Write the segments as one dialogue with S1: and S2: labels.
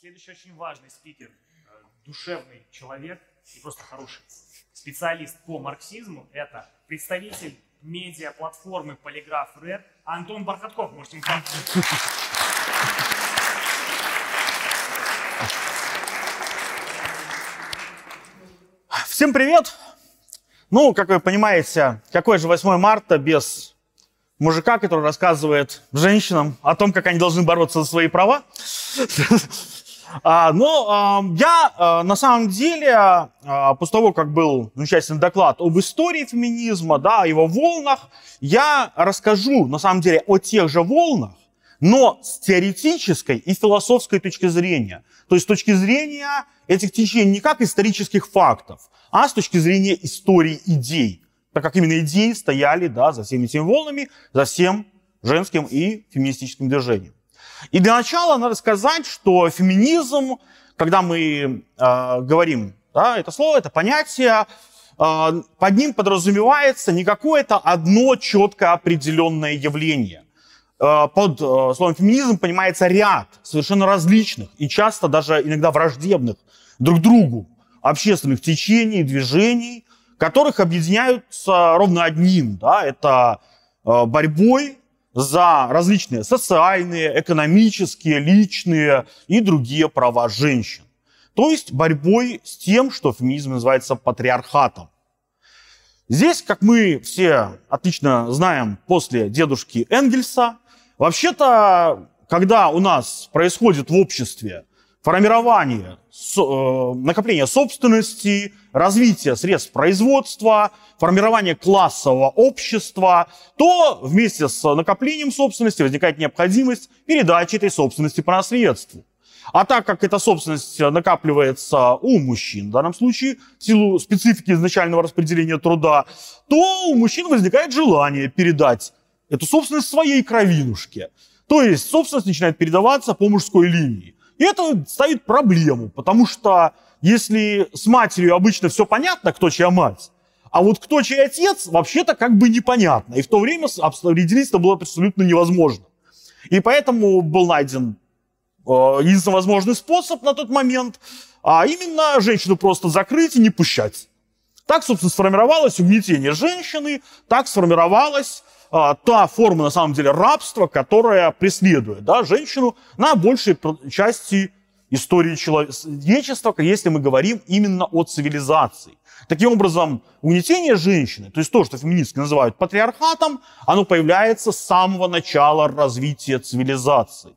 S1: Следующий очень важный спикер, душевный человек и просто хороший специалист по марксизму, это представитель медиаплатформы Полиграф Ред Антон Бархатков. Можете ему помочь.
S2: Всем привет! Ну, как вы понимаете, какой же 8 марта без мужика, который рассказывает женщинам о том, как они должны бороться за свои права. Но я на самом деле, после того, как был замечательный доклад об истории феминизма, да, о его волнах, я расскажу на самом деле о тех же волнах, но с теоретической и философской точки зрения. То есть с точки зрения этих течений не как исторических фактов, а с точки зрения истории идей. Так как именно идеи стояли, да, за всеми этими волнами, за всем женским и феминистическим движением. И для начала надо сказать, что феминизм, когда мы говорим, да, это слово, это понятие, под ним подразумевается не какое-то одно четко определенное явление. Под словом феминизм понимается ряд совершенно различных и часто даже иногда враждебных друг другу общественных течений, движений, которых объединяются ровно одним, да, это борьбой за различные социальные, экономические, личные и другие права женщин. То есть борьбой с тем, что феминизм называется патриархатом. Здесь, как мы все отлично знаем после дедушки Энгельса, вообще-то, когда у нас происходит в обществе формирование, накопление собственности, развитие средств производства, формирование классового общества, то вместе с накоплением собственности возникает необходимость передачи этой собственности по наследству. А так как эта собственность накапливается у мужчин, в данном случае, в силу специфики изначального распределения труда, то у мужчин возникает желание передать эту собственность своей кровинушке. То есть собственность начинает передаваться по мужской линии. И это ставит проблему, потому что если с матерью обычно все понятно, кто чья мать, а вот кто чей отец, вообще-то как бы непонятно. И в то время определить это было абсолютно невозможно. И поэтому был найден единственный возможный способ на тот момент, а именно женщину просто закрыть и не пущать. Так, собственно, сформировалось угнетение женщины, так сформировалась та форма, на самом деле, рабства, которая преследует, да, женщину на большей части истории человечества, если мы говорим именно о цивилизации. Таким образом, угнетение женщины, то есть то, что феминистки называют патриархатом, оно появляется с самого начала развития цивилизации.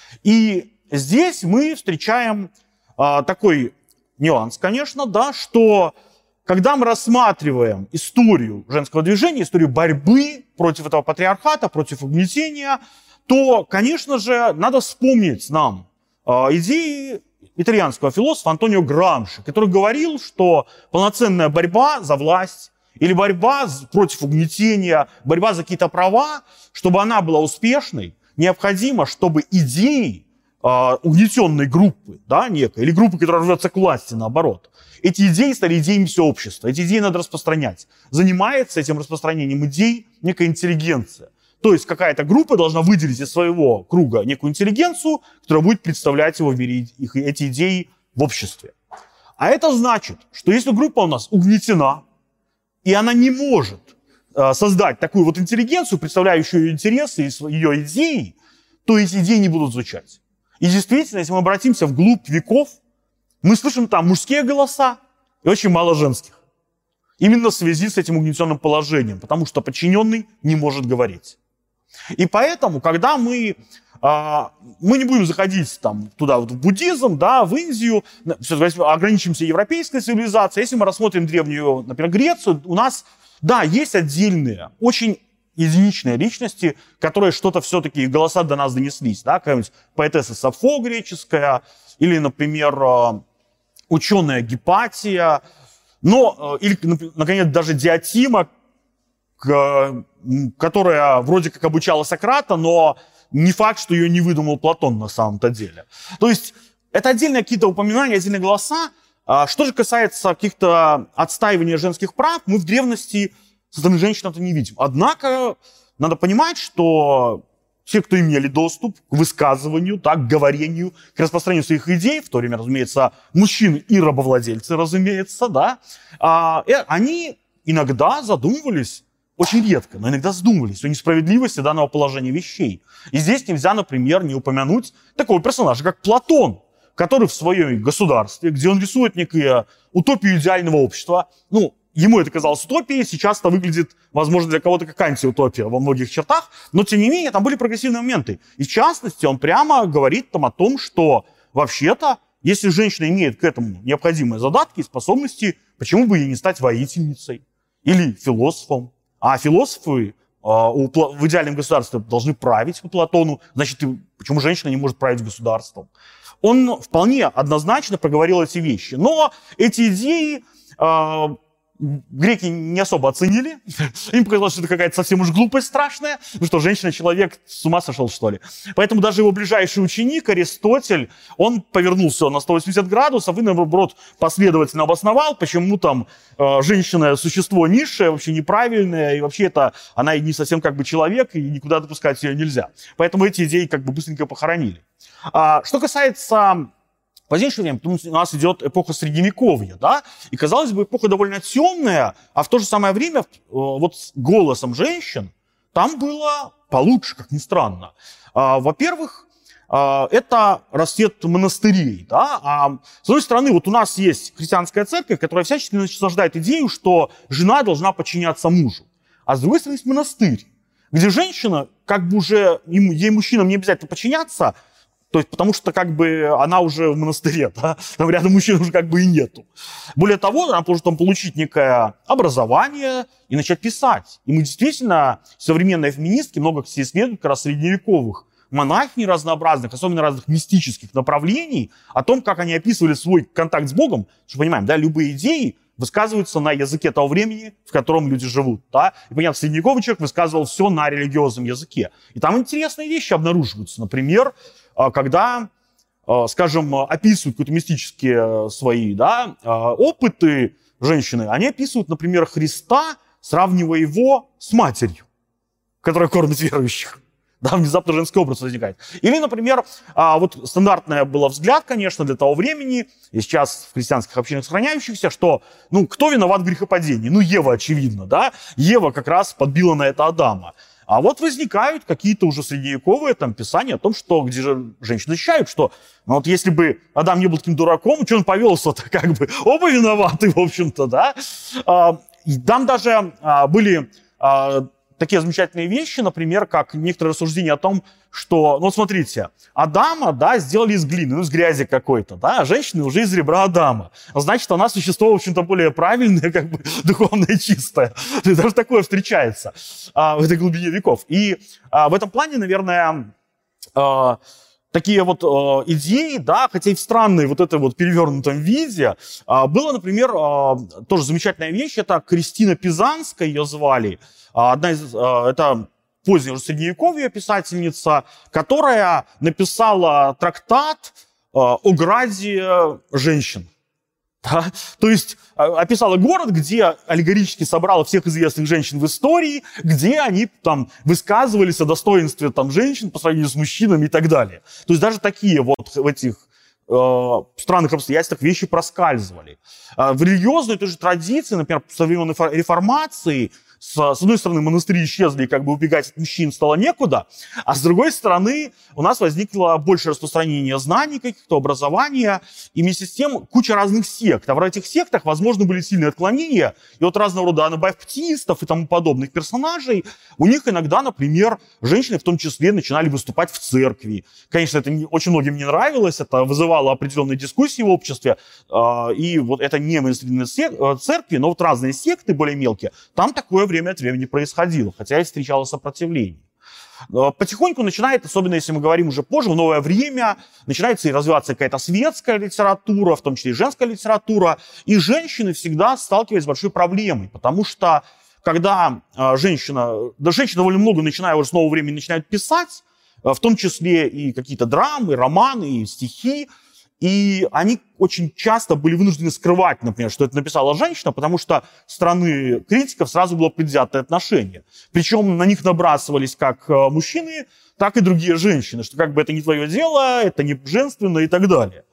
S2: И здесь мы встречаем такой нюанс, конечно, да, что когда мы рассматриваем историю женского движения, историю борьбы против этого патриархата, против угнетения, то, конечно же, надо вспомнить нам идеи итальянского философа Антонио Грамши, который говорил, что полноценная борьба за власть или борьба против угнетения, борьба за какие-то права, чтобы она была успешной, необходимо, чтобы идеи угнетенной группы, да, некой, или группы, которая рвется к власти, наоборот, эти идеи стали идеями всего общества. Эти идеи надо распространять. Занимается этим распространением идей некая интеллигенция. То есть какая-то группа должна выделить из своего круга некую интеллигенцию, которая будет представлять его в мире, эти идеи в обществе. А это значит, что если группа у нас угнетена, и она не может создать такую вот интеллигенцию, представляющую ее интересы и ее идеи, то эти идеи не будут звучать. И действительно, если мы обратимся вглубь веков, мы слышим там мужские голоса и очень мало женских. Именно в связи с этим угнетенным положением, потому что подчиненный не может говорить. И поэтому, когда мы не будем заходить там, туда, вот, в буддизм, да, в Индию, ограничимся европейской цивилизацией, если мы рассмотрим древнюю, например, Грецию, у нас, да, есть отдельные, очень единичные личности, которые что-то все-таки, голоса до нас донеслись, да, какая-нибудь поэтесса Сафо греческая, или, например, ученая Гипатия, но, или, наконец, даже Диотима, которая вроде как обучала Сократа, но не факт, что ее не выдумал Платон на самом-то деле. То есть это отдельные какие-то упоминания, отдельные голоса. Что же касается каких-то отстаивания женских прав, мы в древности со стороны женщин это не видим. Однако надо понимать, что те, кто имели доступ к высказыванию, так, к говорению, к распространению своих идей, в то время, разумеется, мужчины и рабовладельцы, разумеется, да, они иногда задумывались, очень редко, но иногда задумывались о несправедливости данного положения вещей. И здесь нельзя, например, не упомянуть такого персонажа, как Платон, который в своем государстве, где он рисует некую утопию идеального общества, ну, ему это казалось утопией, сейчас это выглядит, возможно, для кого-то как антиутопия во многих чертах, но, тем не менее, там были прогрессивные моменты. И, в частности, он прямо говорит там о том, что, вообще-то, если женщина имеет к этому необходимые задатки и способности, почему бы ей не стать воительницей или философом? А философы в идеальном государстве должны править по Платону, значит, почему женщина не может править государством? Он вполне однозначно проговорил эти вещи. Но эти идеи греки не особо оценили. Им показалось, что это какая-то совсем уж глупость страшная. Ну что, женщина-человек с ума сошел, что ли? Поэтому даже его ближайший ученик, Аристотель, он повернул все на 180 градусов и, наоборот, последовательно обосновал, почему там женщина – существо низшее, вообще неправильное, и вообще это она и не совсем как бы человек, и никуда допускать ее нельзя. Поэтому эти идеи как бы быстренько похоронили. Что касается позднейшего времени, у нас идет эпоха Средневековья, да, и, казалось бы, эпоха довольно темная, а в то же самое время вот с голосом женщин там было получше, как ни странно. Во-первых, это расцвет монастырей, да, а с другой стороны, вот у нас есть христианская церковь, которая всячески насаждает идею, что жена должна подчиняться мужу, а с другой стороны есть монастырь, где женщина, как бы уже, ей мужчинам не обязательно подчиняться, то есть, потому что как бы она уже в монастыре, да? Там рядом мужчин уже как бы и нету. Более того, она может там получить некое образование и начать писать. И мы действительно, современные феминистки, много исследуют как раз средневековых монахинь разнообразных, особенно разных мистических направлений, о том, как они описывали свой контакт с Богом. Что понимаем, да, любые идеи высказываются на языке того времени, в котором люди живут. Да? И, понятно, средневековый человек высказывал все на религиозном языке. И там интересные вещи обнаруживаются. Например, когда, скажем, описывают какие-то мистические свои, да, опыты женщины, они описывают, например, Христа, сравнивая его с матерью, которая кормит верующих. Да, внезапно женский образ возникает. Или, например, вот стандартный был взгляд, конечно, для того времени, и сейчас в христианских общинах сохраняющихся, что, ну, кто виноват в грехопадении? Ну, Ева, очевидно, да? Ева как раз подбила на это Адама. А вот возникают какие-то уже средневековые там писания о том, что где же женщины защищают, что ну, вот если бы Адам не был таким дураком, что он повелся-то, как бы оба виноваты, в общем-то, да. И там даже были такие замечательные вещи, например, как некоторые рассуждения о том, что, ну вот смотрите, Адама, да, сделали из глины, ну из грязи какой-то, да, а женщины уже из ребра Адама. Значит, она существо, в общем-то, более правильное, как бы духовное, чистое. То есть даже такое встречается в этой глубине веков. И в этом плане, наверное, такие вот идеи, да, хотя и в странной вот этой вот перевернутом виде, было, например, тоже замечательная вещь, это Кристина Пизанская, ее звали, одна из, это позднее уже средневековье писательница, которая написала трактат о граде женщин. Да? То есть описала город, где аллегорически собрала всех известных женщин в истории, где они там высказывались о достоинстве там, женщин по сравнению с мужчинами и так далее. То есть даже такие вот в этих странных обстоятельствах вещи проскальзывали. В религиозной той же традиции, например, со времен реформации, с одной стороны, монастыри исчезли, и как бы убегать от мужчин стало некуда, а с другой стороны, у нас возникло больше распространения знаний, каких-то образования, и вместе с тем куча разных сект. А в этих сектах, возможно, были сильные отклонения, и от разного рода анабаптистов и тому подобных персонажей, у них иногда, например, женщины в том числе начинали выступать в церкви. Конечно, это очень многим не нравилось, это вызывало определенные дискуссии в обществе, и вот это не мейнстримные церкви, но вот разные секты, более мелкие, там такое время от времени происходило, хотя и встречало сопротивление. Потихоньку начинает, особенно если мы говорим уже позже, в новое время, начинается и развиваться какая-то светская литература, в том числе и женская литература, и женщины всегда сталкиваются с большой проблемой, потому что когда женщины довольно много, начиная уже с нового времени, начинают писать, в том числе и какие-то драмы, романы, и стихи, И они очень часто были вынуждены скрывать, например, что это написала женщина, потому что со стороны критиков сразу было предвзятое отношение. Причем на них набрасывались как мужчины, так и другие женщины, что как бы это не твое дело, это не женственно и так далее.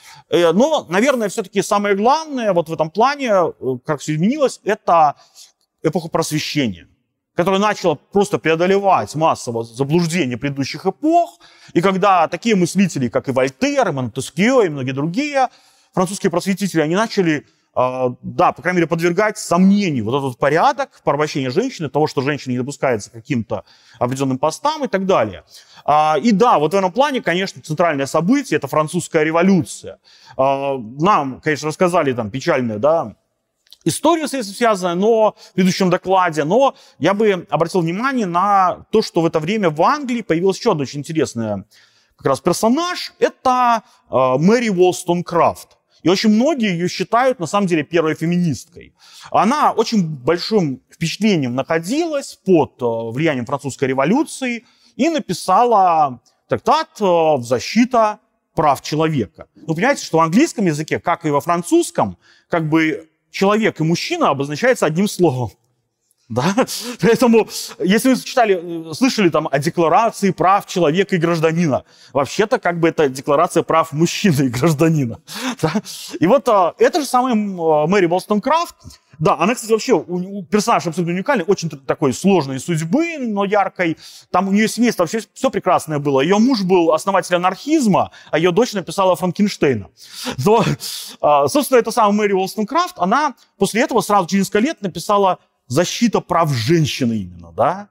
S2: Но, наверное, все-таки самое главное вот в этом плане, как все изменилось, это эпоха просвещения, которая начала просто преодолевать массово заблуждения предыдущих эпох. И когда такие мыслители, как и Вольтер, и Монтескье, и многие другие французские просветители, они начали, да, по крайней мере, подвергать сомнению вот этот порядок порабощения женщины, того, что женщина не допускается к каким-то определенным постам и так далее. И да, вот в этом плане, конечно, центральное событие – это французская революция. Нам, конечно, рассказали там печальные, да, историю с этим связанную, но в предыдущем докладе, но я бы обратил внимание на то, что в это время в Англии появилась еще одна очень интересная как раз персонаж. Это Мэри Wollstonecraft. И очень многие ее считают, на самом деле, первой феминисткой. Она очень большим впечатлением находилась под влиянием французской революции и написала трактат в защиту прав человека. Ну, понимаете, что в английском языке, как и во французском, как бы человек и мужчина обозначается одним словом. Да? Поэтому, если вы слышали там о декларации прав человека и гражданина, вообще-то как бы это декларация прав мужчины и гражданина. Да? И вот это же самая Мэри Wollstonecraft. Да, она, кстати, вообще персонаж абсолютно уникальный, очень такой сложной судьбы, но яркой. Там у нее семейство вообще все прекрасное было. Ее муж был основатель анархизма, а ее дочь написала Франкенштейна. Но, собственно, эта самая Мэри Wollstonecraft, она после этого сразу через несколько лет написала «Защита прав женщины» именно, да.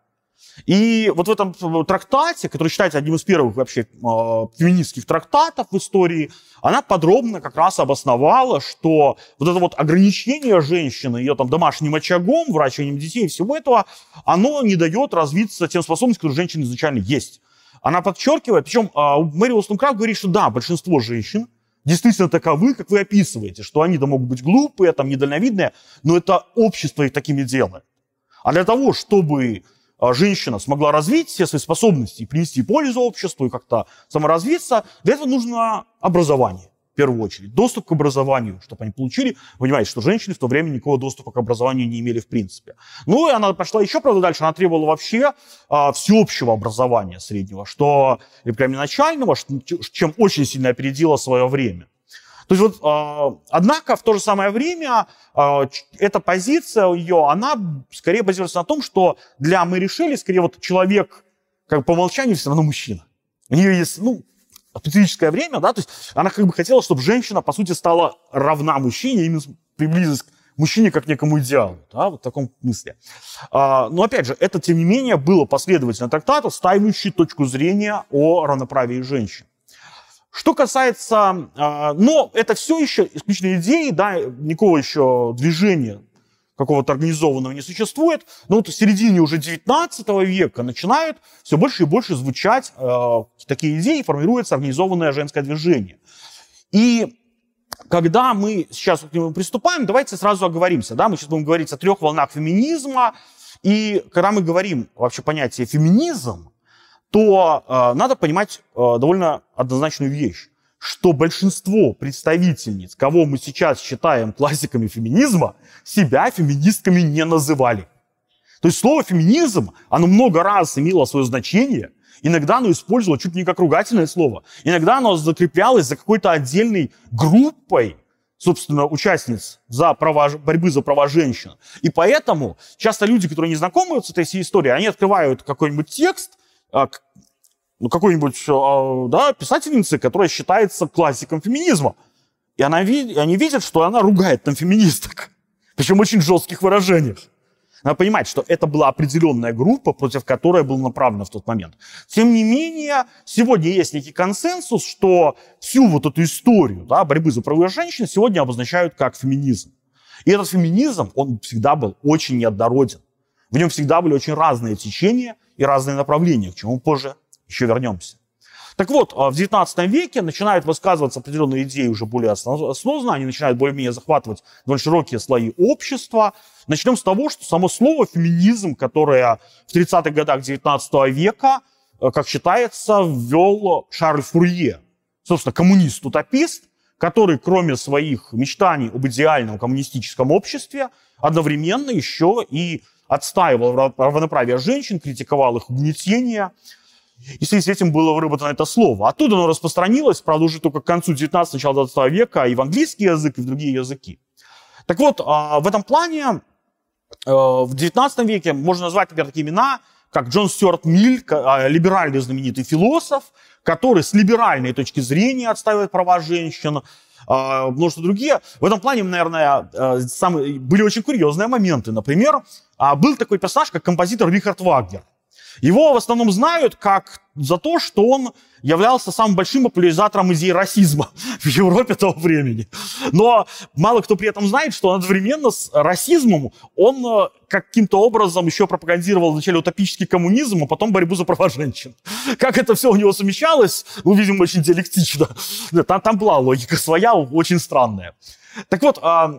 S2: И вот в этом трактате, который считается одним из первых вообще феминистских трактатов в истории, она подробно как раз обосновала, что вот это вот ограничение женщины, ее там домашним очагом, выращиванием детей и всего этого, оно не дает развиться тем способностям, которые у женщины изначально есть. Она подчеркивает, причем Мэри Wollstonecraft говорит, что да, большинство женщин действительно таковы, как вы описываете, что они-то могут быть глупые, там, недальновидные, но это общество их такими делает. А для того, чтобы женщина смогла развить все свои способности и принести пользу обществу, и как-то саморазвиться, для этого нужно образование, в первую очередь. Доступ к образованию, чтобы они получили. Вы понимаете, что женщины в то время никакого доступа к образованию не имели в принципе. Ну и она пошла еще, правда, дальше. Она требовала вообще всеобщего образования среднего, что, или прям начального, чем очень сильно опередила свое время. То есть вот, однако, в то же самое время эта позиция ее, она скорее базируется на том, что для Мэри Шелли, скорее, вот человек, как бы по умолчанию, все равно мужчина. У нее есть, специфическое время, да, то есть она как бы хотела, чтобы женщина, по сути, стала равна мужчине, именно приблизилась к мужчине как к некому идеалу, да, вот в таком смысле. Но, опять же, это, тем не менее, было последовательно трактат, отстаивающий точку зрения о равноправии женщин. Что касается, но это все еще исключительные идеи, да, никакого еще движения какого-то организованного не существует. Но вот в середине уже 19 века начинают все больше и больше звучать такие идеи, формируется организованное женское движение. И когда мы сейчас к нему приступаем, давайте сразу оговоримся. Да? Мы сейчас будем говорить о 3 волнах феминизма. И когда мы говорим вообще понятие феминизм, то надо понимать довольно однозначную вещь, что большинство представительниц, кого мы сейчас считаем классиками феминизма, себя феминистками не называли. То есть слово «феминизм», оно много раз имело свое значение, иногда оно использовалось чуть ли не как ругательное слово, иногда оно закреплялось за какой-то отдельной группой, собственно, участниц борьбы за права женщин. И поэтому часто люди, которые не знакомы с этой всей историей, они открывают какой-нибудь текст, какой-нибудь писательницы, которая считается классиком феминизма. И они видят, что она ругает там феминисток. Причем в очень жестких выражениях. Надо понимать, что это была определенная группа, против которой было направлено в тот момент. Тем не менее, сегодня есть некий консенсус, что всю вот эту историю борьбы за права женщин сегодня обозначают как феминизм. И этот феминизм, он всегда был очень неоднороден. В нем всегда были очень разные течения и разные направления, к чему позже еще вернемся. Так вот, в XIX веке начинают высказываться определенные идеи уже более осознанно, они начинают более-менее захватывать довольно широкие слои общества. Начнем с того, что само слово «феминизм», которое в 30-х годах XIX века, как считается, ввел Шарль Фурье. собственно, коммунист-утопист, который, кроме своих мечтаний об идеальном коммунистическом обществе, одновременно еще и отстаивал равноправие женщин, критиковал их угнетение. И в связи с этим было выработано это слово. Оттуда оно распространилось, правда, уже только к концу 19-го, начала 20 века и в английский язык, и в другие языки. Так вот, в этом плане в 19 веке можно назвать, например, такие имена, как Джон Стюарт Милл, либеральный знаменитый философ, который с либеральной точки зрения отстаивает права женщин, множество другие. В этом плане, наверное, были очень курьезные моменты. Например, был такой персонаж, как композитор Рихард Вагнер. Его в основном знают как за то, что он являлся самым большим популяризатором идеи расизма в Европе того времени. Но мало кто при этом знает, что одновременно с расизмом он каким-то образом еще пропагандировал вначале утопический коммунизм, а потом борьбу за права женщин. Как это все у него совмещалось, ну, видимо, очень диалектично. Там была логика своя, очень странная. Так вот,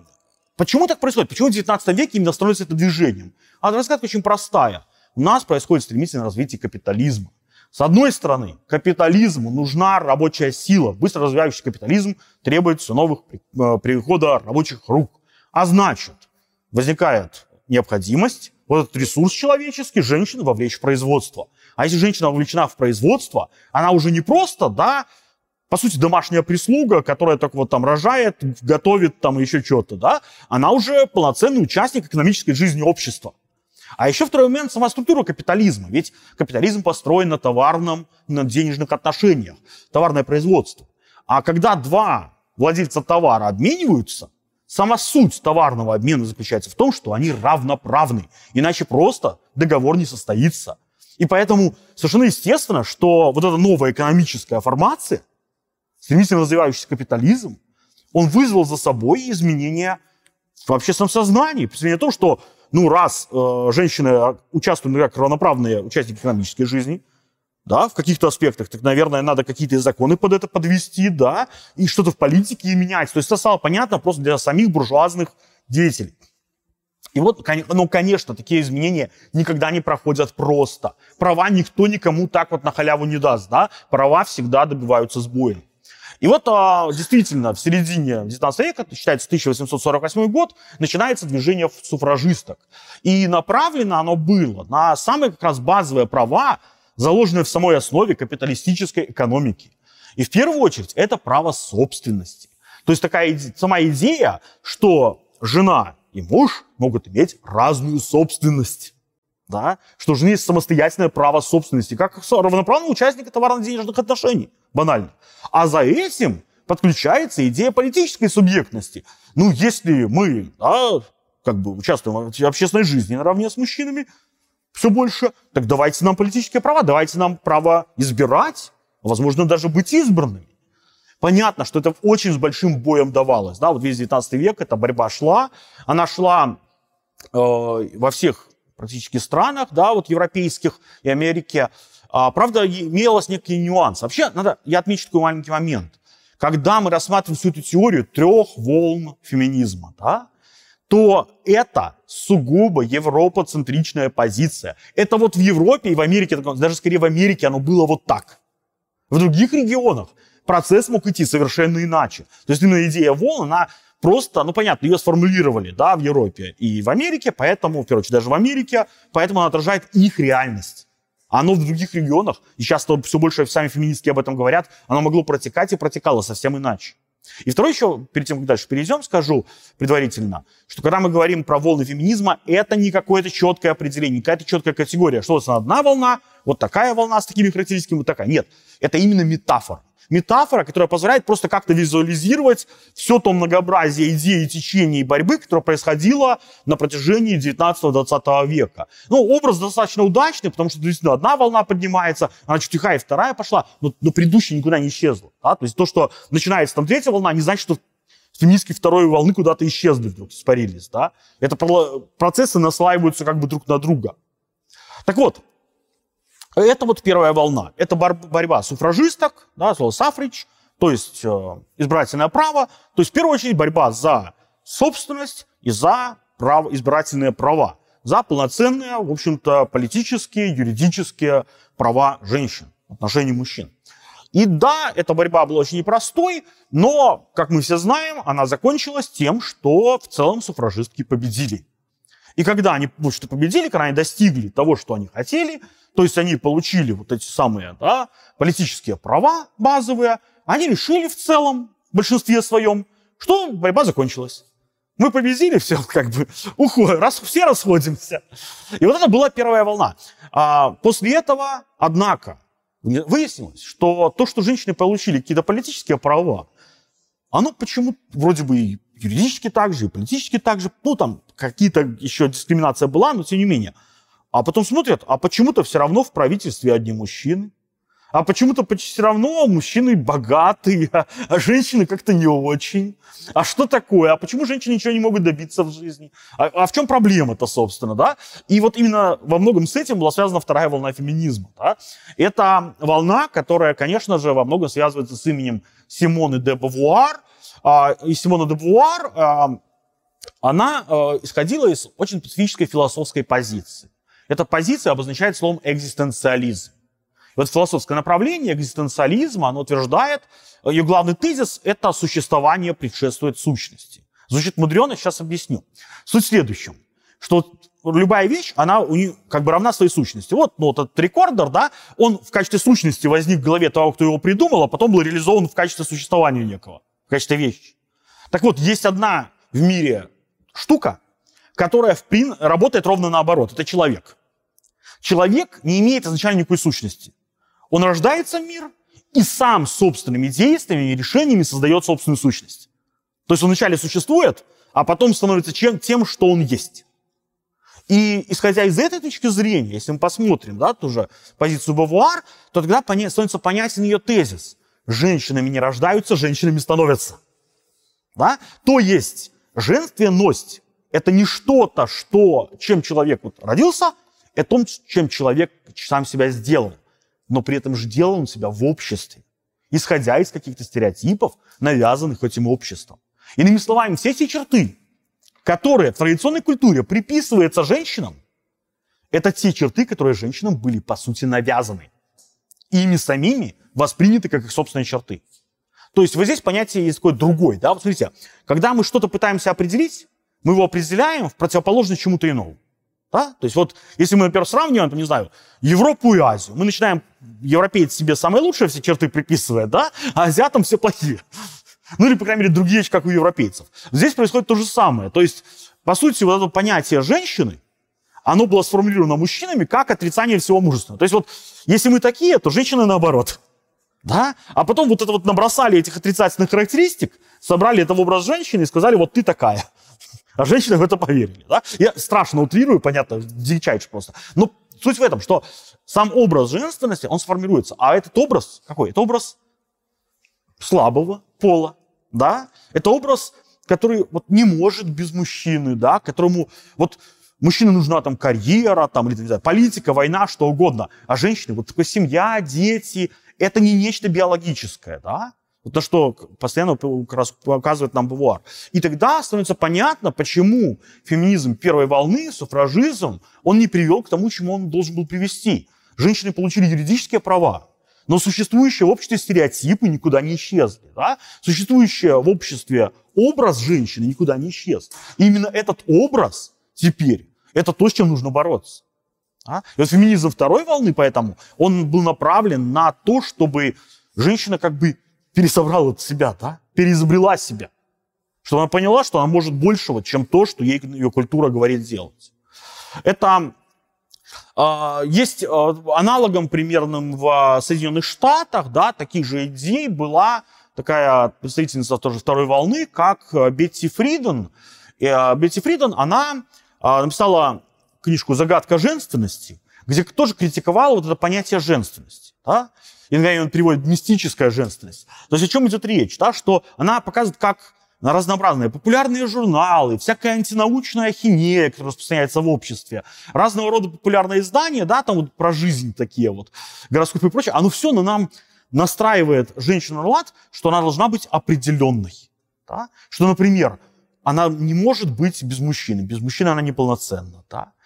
S2: почему так происходит? Почему в 19 веке именно становится это движением? Разгадка очень простая. У нас происходит стремительное развитие капитализма. С одной стороны, капитализму нужна рабочая сила. Быстро развивающийся капитализм требует все новых прихода рабочих рук. А значит, возникает необходимость вот этот ресурс человеческий женщины вовлечь в производство. А если женщина вовлечена в производство, она уже не просто, да, по сути, домашняя прислуга, которая только вот там рожает, готовит там еще что-то, да, она уже полноценный участник экономической жизни общества. А еще второй момент – сама структура капитализма. Ведь капитализм построен на товарном, на денежных отношениях, товарное производство. А когда два владельца товара обмениваются, сама суть товарного обмена заключается в том, что они равноправны. Иначе просто договор не состоится. И поэтому совершенно естественно, что вот эта новая экономическая формация, стремительно развивающийся капитализм, он вызвал за собой изменения в общественном сознании. Представление о том, что ну, раз женщины участвуют как равноправные участники экономической жизни, да, в каких-то аспектах, так, наверное, надо какие-то законы под это подвести, да, и что-то в политике менять. То есть это стало понятно просто для самих буржуазных деятелей. И вот, ну, конечно, такие изменения никогда не проходят просто. Права никто никому так вот на халяву не даст, да, права всегда добиваются с боем. И вот действительно в середине 19 века, считается 1848 год, начинается движение суфражисток. И направлено оно было на самые как раз базовые права, заложенные в самой основе капиталистической экономики. И в первую очередь это право собственности. То есть такая сама идея, что жена и муж могут иметь разную собственность. Да? Что у жены есть самостоятельное право собственности, как равноправного участника товарно-денежных отношений. Банально. А за этим подключается идея политической субъектности. Ну, если мы, да, как бы участвуем в общественной жизни наравне с мужчинами все больше, так давайте нам политические права, давайте нам право избирать, возможно, даже быть избранными. Понятно, что это очень с большим боем давалось. Да? Вот весь 19 век эта борьба шла. Она шла во всех практически странах, да, вот европейских и Америке. Правда, имелось некий нюанс. Вообще, я отмечу такой маленький момент. Когда мы рассматриваем всю эту теорию 3 волн феминизма, да, то это сугубо европоцентричная позиция. Это вот в Европе и в Америке, даже скорее в Америке оно было вот так. В других регионах процесс мог идти совершенно иначе. То есть именно идея волн, она просто, ну понятно, ее сформулировали, да, в Европе и в Америке, поэтому, в первую очередь, даже в Америке, поэтому она отражает их реальность. Оно в других регионах, и сейчас все больше сами феминистки об этом говорят, оно могло протекать и протекало совсем иначе. И второе еще, перед тем, как дальше перейдем, скажу предварительно, что когда мы говорим про волны феминизма, это не какое-то четкое определение, не какая-то четкая категория, что вот одна волна, вот такая волна с такими характеристиками, вот такая. Нет, это именно метафора. Метафора, которая позволяет просто как-то визуализировать все то многообразие идей, течений и борьбы, которое происходило на протяжении 19-20 века. Ну, образ достаточно удачный, потому что действительно одна волна поднимается, она чуть тихая, вторая пошла, но предыдущая никуда не исчезла. Да? То есть то, что начинается там третья волна, не значит, что феминистки второй волны куда-то исчезли вдруг, испарились. Да? Это процессы наслаиваются как бы друг на друга. Так вот, это вот первая волна. Это борьба суфражисток, да, слово suffrage, то есть избирательное право. То есть в первую очередь борьба за собственность и за избирательные права. За полноценные, в общем-то, политические, юридические права женщин в отношении мужчин. И да, эта борьба была очень непростой, но, как мы все знаем, она закончилась тем, что в целом суфражистки победили. И когда они победили, когда они достигли того, что они хотели, то есть они получили вот эти самые политические права базовые, они решили в целом, в большинстве своем, что борьба закончилась. Мы победили, все, как бы, уходим, все расходимся. И вот это была первая волна. После этого, однако, выяснилось, что то, что женщины получили какие-то политические права, оно почему-то вроде бы и юридически так же, и политически так же, ну, там какие-то еще дискриминация была, но тем не менее. А потом смотрят, а почему-то все равно в правительстве одни мужчины, а почему-то все равно мужчины богатые, а женщины как-то не очень. А что такое? А почему женщины ничего не могут добиться в жизни? А в чем проблема-то, собственно, да? И вот именно во многом с этим была связана вторая волна феминизма, да? Это волна, которая, конечно же, во многом связывается с именем Симоны де Бувуар. И Симона де Бувуар, она исходила из очень специфической философской позиции. Эта позиция обозначает словом экзистенциализм. И вот философское направление экзистенциализма, оно утверждает, ее главный тезис – это существование предшествует сущности. Звучит мудрено, сейчас объясню. Суть в следующем, что любая вещь, она как бы равна своей сущности. Вот, этот рекордер, да, он в качестве сущности возник в голове того, кто его придумал, а потом был реализован в качестве существования некого, в качестве вещи. Так вот, есть одна в мире штука, которая работает ровно наоборот. Это человек. Человек не имеет изначально никакой сущности. Он рождается в мир и сам собственными действиями и решениями создает собственную сущность. То есть он вначале существует, а потом становится тем, что он есть. И исходя из этой точки зрения, если мы посмотрим, да, тоже позицию Бувуар, то тогда становится понятен ее тезис. Женщинами не рождаются, женщинами становятся. Да? То есть женственность – это не что-то, чем человек родился, это то, чем человек сам себя сделал. Но при этом же делал он себя в обществе, исходя из каких-то стереотипов, навязанных этим обществом. Иными словами, все эти черты, которые в традиционной культуре приписываются женщинам, это те черты, которые женщинам были, по сути, навязаны. И ими самими восприняты как их собственные черты. То есть вот здесь понятие есть такое другое. Да? Вот смотрите, когда мы что-то пытаемся определить, мы его определяем в противоположность чему-то иному. Да? То есть вот если мы, например, сравниваем, не знаю, Европу и Азию, мы начинаем, европеец себе самые лучшие все черты приписывает, да? А азиатам все плохие. Ну или, по крайней мере, другие, как у европейцев. Здесь происходит то же самое. То есть, по сути, вот это понятие женщины, оно было сформулировано мужчинами как отрицание всего мужественного. То есть вот, если мы такие, то женщины наоборот. Да? А потом вот это вот набросали этих отрицательных характеристик, собрали это в образ женщины и сказали, вот ты такая. А женщины в это поверили. Да? Я страшно утрирую, понятно, дичайше просто. Но суть в этом, что сам образ женственности, он сформируется. А этот образ какой? Это образ слабого пола. Да? Это образ, который вот не может без мужчины, да? Которому вот мужчине нужна там карьера, там, или, не знаю, политика, война, что угодно. А женщины, вот такая семья, дети, это не нечто биологическое. Да? Вот то, что постоянно показывает нам Бувуар. И тогда становится понятно, почему феминизм первой волны, суфражизм, он не привел к тому, чему он должен был привести. Женщины получили юридические права, но существующие в обществе стереотипы никуда не исчезли. Да? Существующий в обществе образ женщины никуда не исчез. И именно этот образ теперь, это то, с чем нужно бороться. Да? И вот феминизм второй волны, поэтому, он был направлен на то, чтобы женщина как бы пересобрала себя, да? Переизобрела себя. Чтобы она поняла, что она может большего, чем то, что ей ее культура говорит делать. Это есть аналогом примерным в Соединенных Штатах, да, таких же идей была такая представительница тоже второй волны, как Бетти Фриден. Бетти Фриден, она написала книжку «Загадка женственности», где тоже критиковала вот это понятие женственности. Да? Иногда он переводит «мистическая женственность». То есть о чем идет речь? Да? Что она показывает, как на разнообразные популярные журналы, всякая антинаучная ахинея, которая распространяется в обществе, разного рода популярные издания, да, там вот про жизнь такие вот, гороскопы и прочее, оно все на нам настраивает женщину на лад, что она должна быть определенной. Да? Что, например, она не может быть без мужчины она неполноценна. Да?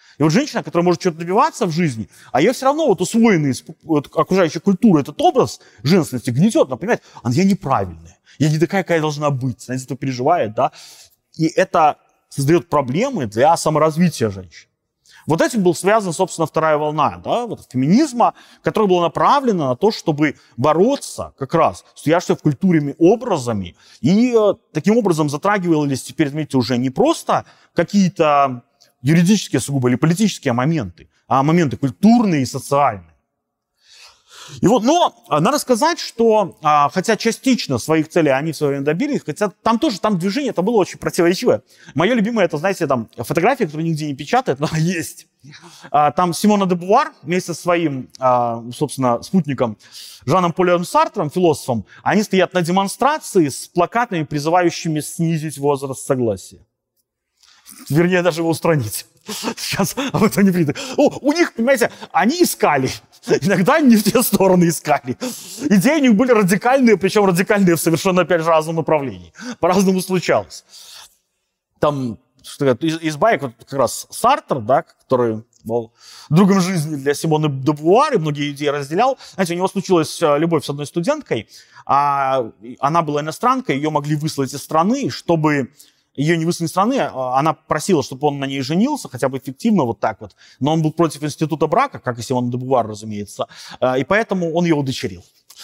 S2: И вот женщина, которая может что-то добиваться в жизни, а ее все равно вот усвоенный из окружающей культуры этот образ женственности гнетет, она понимает, я неправильная, я не такая, какая должна быть, она из этого переживает, да, и это создает проблемы для саморазвития женщин. Вот этим был связан, собственно, вторая волна, да, вот феминизма, которая была направлена на то, чтобы бороться как раз с устоявшимися в культуре образами, и таким образом затрагивались, теперь, заметьте, уже не просто какие-то юридические сугубо или политические моменты, а моменты культурные и социальные. И вот, но надо сказать, что хотя частично своих целей они в свое время добились, хотя там движение это было очень противоречивое. Мое любимое, это, знаете, там фотография, которую нигде не печатают, но есть. Там Симона де Бувуар вместе со своим, собственно, спутником Жаном Полем Сартром, философом, они стоят на демонстрации с плакатами, призывающими снизить возраст согласия. Вернее, даже его устранить. Сейчас об этом не принято. У них, понимаете, они искали. Иногда они не в те стороны искали. Идеи у них были радикальные, причем радикальные в совершенно, опять же, разном направлении. По-разному случалось. Там из баек вот как раз Сартр, да, который был другом жизни для Симоны де Бувуар, и многие идеи разделял. Знаете, у него случилась любовь с одной студенткой, она была иностранкой, ее могли выслать из страны, чтобы... Ее не выслали из страны, она просила, чтобы он на ней женился, хотя бы эффективно вот так вот. Но он был против института брака, как и Симон де Бувуар, разумеется, и поэтому он ее удочерил.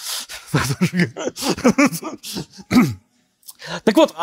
S2: Так вот,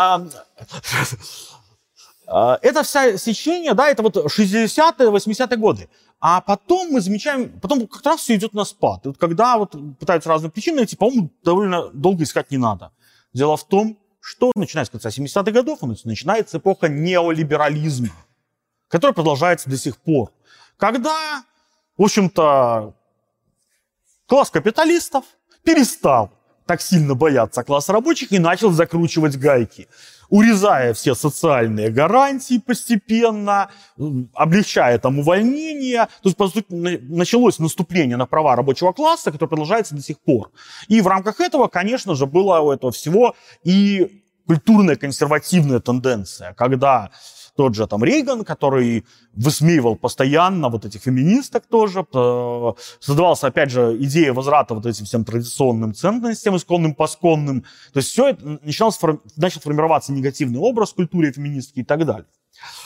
S2: это вся сечение, да, это вот 60-е, 80-е годы. А потом мы замечаем, потом как раз все идет на спад. И вот когда вот пытаются разные причины найти, по-моему, довольно долго искать не надо. Дело в том, что начиная с конца 70-х годов начинается эпоха неолиберализма, которая продолжается до сих пор. Когда, в общем-то, класс капиталистов перестал так сильно бояться класса рабочих и начал закручивать гайки, урезая все социальные гарантии постепенно, облегчая там увольнение. То есть, по сути, началось наступление на права рабочего класса, которое продолжается до сих пор. И в рамках этого, конечно же, была у этого всего и культурная консервативная тенденция, когда тот же там Рейган, который высмеивал постоянно вот этих феминисток тоже, создавался, опять же, идея возврата вот этим всем традиционным ценностям, исконным, посконным. То есть все это начал формироваться негативный образ в культуре феминистки и так далее.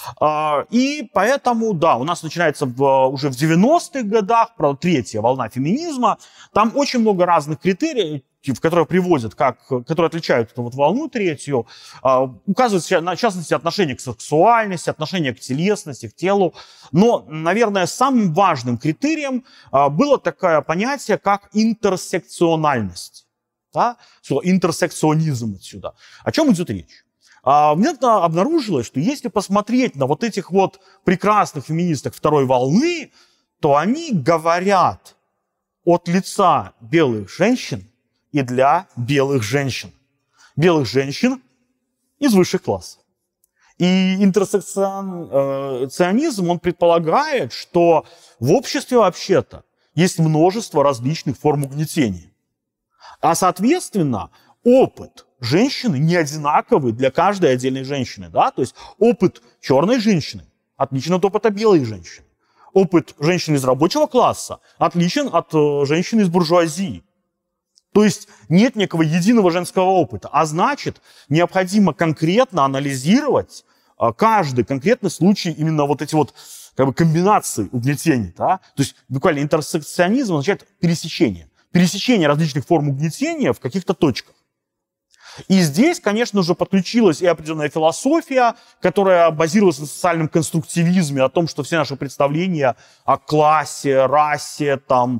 S2: И поэтому, да, у нас начинается уже в 90-х годах, правда, третья волна феминизма. Там очень много разных критериев, которые приводят, которые отличают эту вот волну третью, указывают, на частности, отношение к сексуальности, отношение к телесности, к телу. Но, наверное, самым важным критерием было такое понятие, как интерсекциональность. Да? Интерсекционизм отсюда. О чем идет речь? Внезапно обнаружилось, что если посмотреть на вот этих вот прекрасных феминисток второй волны, то они говорят от лица белых женщин и для белых женщин. Белых женщин из высших классов. И интерсекционизм, он предполагает, что в обществе вообще-то есть множество различных форм угнетения. А соответственно, опыт женщины не одинаковый для каждой отдельной женщины. Да? То есть опыт черной женщины отличен от опыта белой женщины. Опыт женщины из рабочего класса отличен от женщины из буржуазии. То есть нет некого единого женского опыта. А значит, необходимо конкретно анализировать каждый конкретный случай именно вот эти вот как бы комбинации угнетений. Да? То есть буквально интерсекционизм означает пересечение. Пересечение различных форм угнетения в каких-то точках. И здесь, конечно же, подключилась и определенная философия, которая базировалась на социальном конструктивизме, о том, что все наши представления о классе, расе там,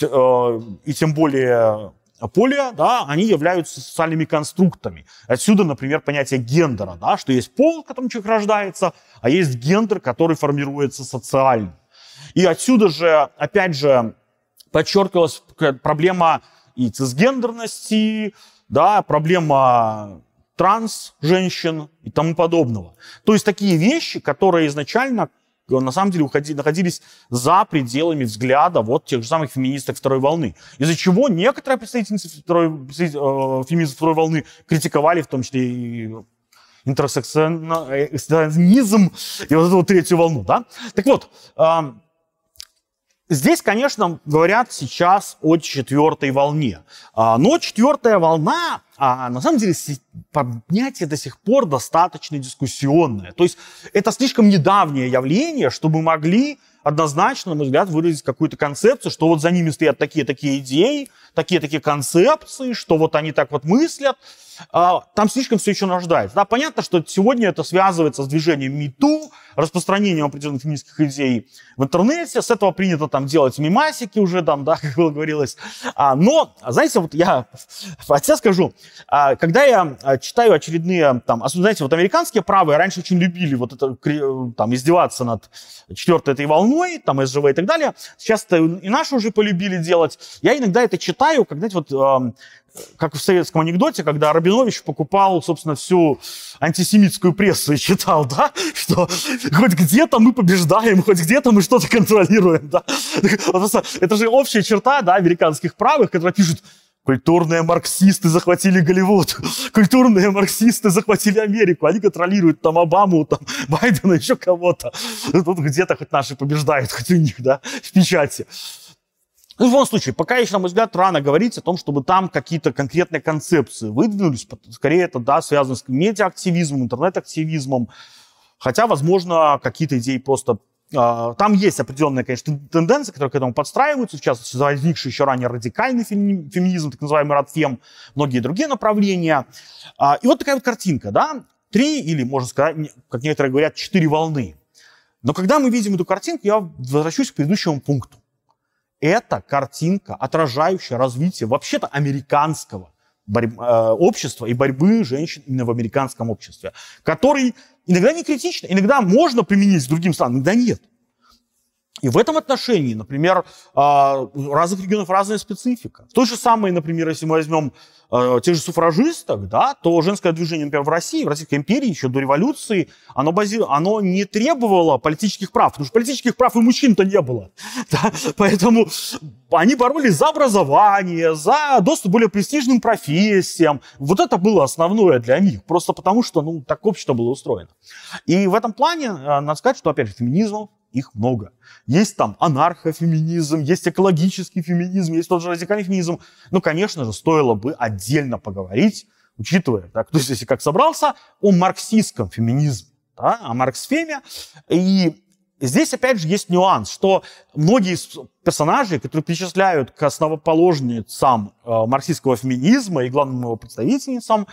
S2: и тем более поле, да, они являются социальными конструктами. Отсюда, например, понятие гендера, да, что есть пол, в котором человек рождается, а есть гендер, который формируется социально. И отсюда же, опять же, подчеркивалась проблема и цисгендерности, да, проблема транс-женщин и тому подобного. То есть такие вещи, которые изначально, на самом деле, находились за пределами взгляда вот тех же самых феминисток второй волны. Из-за чего некоторые представительницы феминистов второй волны критиковали, в том числе и интерсекционизм и вот эту третью волну, да. Так вот, здесь, конечно, говорят сейчас о четвертой волне. Но четвертая волна, на самом деле, понятие до сих пор достаточно дискуссионное. То есть это слишком недавнее явление, чтобы мы могли однозначно, на мой взгляд, выразить какую-то концепцию, что вот за ними стоят такие-такие идеи, такие-такие концепции, что вот они так вот мыслят. Там слишком все еще нарождается. Да, понятно, что сегодня это связывается с движением MeToo, распространением определенных феминистских идей в интернете. С этого принято там делать мемасики уже, там, да, как было говорилось. Но, знаете, вот я от себя скажу, когда я читаю очередные, там, знаете, вот американские правые раньше очень любили вот это, там, издеваться над четвертой этой волной, там, СЖВ и так далее. Сейчас и наши уже полюбили делать. Я иногда это читаю, когда, знаете, вот, как в советском анекдоте, когда Рабинович покупал, собственно, всю антисемитскую прессу и читал, да, что хоть где-то мы побеждаем, хоть где-то мы что-то контролируем, да. Это же общая черта, да, американских правых, которые пишут: культурные марксисты захватили Голливуд, культурные марксисты захватили Америку, они контролируют там Обаму, там Байдена, еще кого-то. Тут где-то хоть наши побеждают, хоть у них, да, в печати. Ну, в любом случае, пока еще, на мой взгляд, рано говорить о том, чтобы там какие-то конкретные концепции выдвинулись. Скорее, это, да, связано с медиа-активизмом, интернет-активизмом. Хотя, возможно, какие-то идеи просто... Там есть определенные, конечно, тенденции, которые к этому подстраиваются. В частности, возникший еще ранее радикальный феминизм, так называемый радфем, многие другие направления. И вот такая вот картинка, да. 3 или, можно сказать, как некоторые говорят, 4 волны. Но когда мы видим эту картинку, я возвращусь к предыдущему пункту. Это картинка, отражающая развитие вообще-то американского общества и борьбы женщин именно в американском обществе, который иногда не критично, иногда можно применить к другим странам, иногда нет. И в этом отношении, например, у разных регионов разная специфика. То же самое, например, если мы возьмем тех же суфражисток, да, то женское движение, например, в России, в Российской империи еще до революции, оно не требовало политических прав, потому что политических прав и мужчин-то не было. Да? Поэтому они боролись за образование, за доступ к более престижным профессиям. Вот это было основное для них, просто потому что, ну, так общество было устроено. И в этом плане надо сказать, что, опять же, феминизмов их много. Есть там анархофеминизм, есть экологический феминизм, есть тот же радикальный феминизм. Ну, конечно же, стоило бы отдельно поговорить, учитывая, да, кто здесь и как собрался, о марксистском феминизме, да, о марксфеме. И здесь, опять же, есть нюанс, что многие из персонажей, которые причисляют к основоположницам марксистского феминизма и главным его представительницам,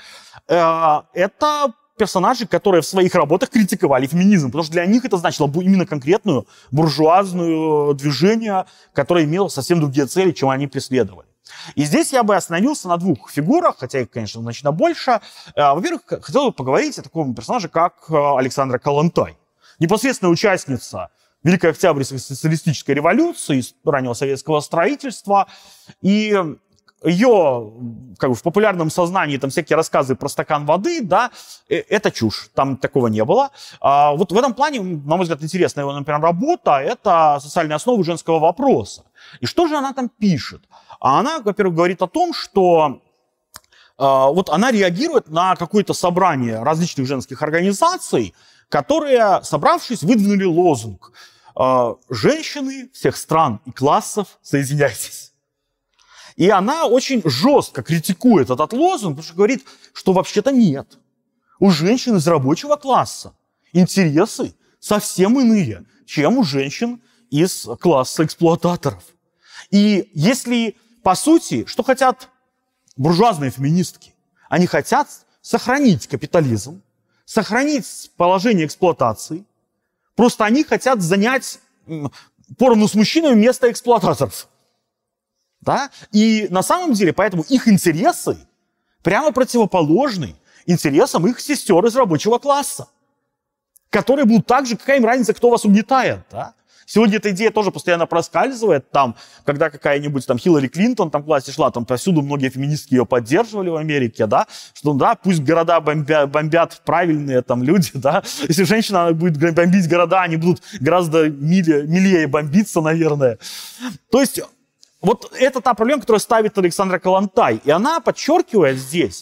S2: это персонажи, которые в своих работах критиковали феминизм, потому что для них это значило именно конкретную буржуазную движение, которое имело совсем другие цели, чем они преследовали. И здесь я бы остановился на 2 фигурах, хотя их, конечно, значительно больше. Во-первых, хотел бы поговорить о таком персонаже, как Александра Калантай. Непосредственная участница Великой Октябрьской социалистической революции, раннего советского строительства, и ее, как бы, в популярном сознании там всякие рассказы про стакан воды, да, это чушь, там такого не было. Вот в этом плане, на мой взгляд, интересная его, например, работа, это социальные основы женского вопроса. И что же она там пишет? Она, во-первых, говорит о том, что вот она реагирует на какое-то собрание различных женских организаций, которые, собравшись, выдвинули лозунг: «Женщины всех стран и классов, соединяйтесь». И она очень жестко критикует этот лозунг, потому что говорит, что вообще-то нет. У женщин из рабочего класса интересы совсем иные, чем у женщин из класса эксплуататоров. И если, по сути, что хотят буржуазные феминистки? Они хотят сохранить капитализм, сохранить положение эксплуатации. Просто они хотят занять поровну с мужчинами место эксплуататоров. Да? И на самом деле, поэтому их интересы прямо проти интересам их сестер из рабочего класса, которые будут так же, какая им разница, кто вас угнетает. Да? Сегодня эта идея тоже постоянно проскальзывает, там, когда какая-нибудь там Хиллари Клинтон там, к власти шла, там повсюду многие феминистки ее поддерживали в Америке, да, что да, пусть города бомбят правильные там люди, да, если женщина будет бомбить города, они будут гораздо милее бомбиться, наверное. То есть вот это та проблема, которую ставит Александра Калантай. И она подчеркивает здесь,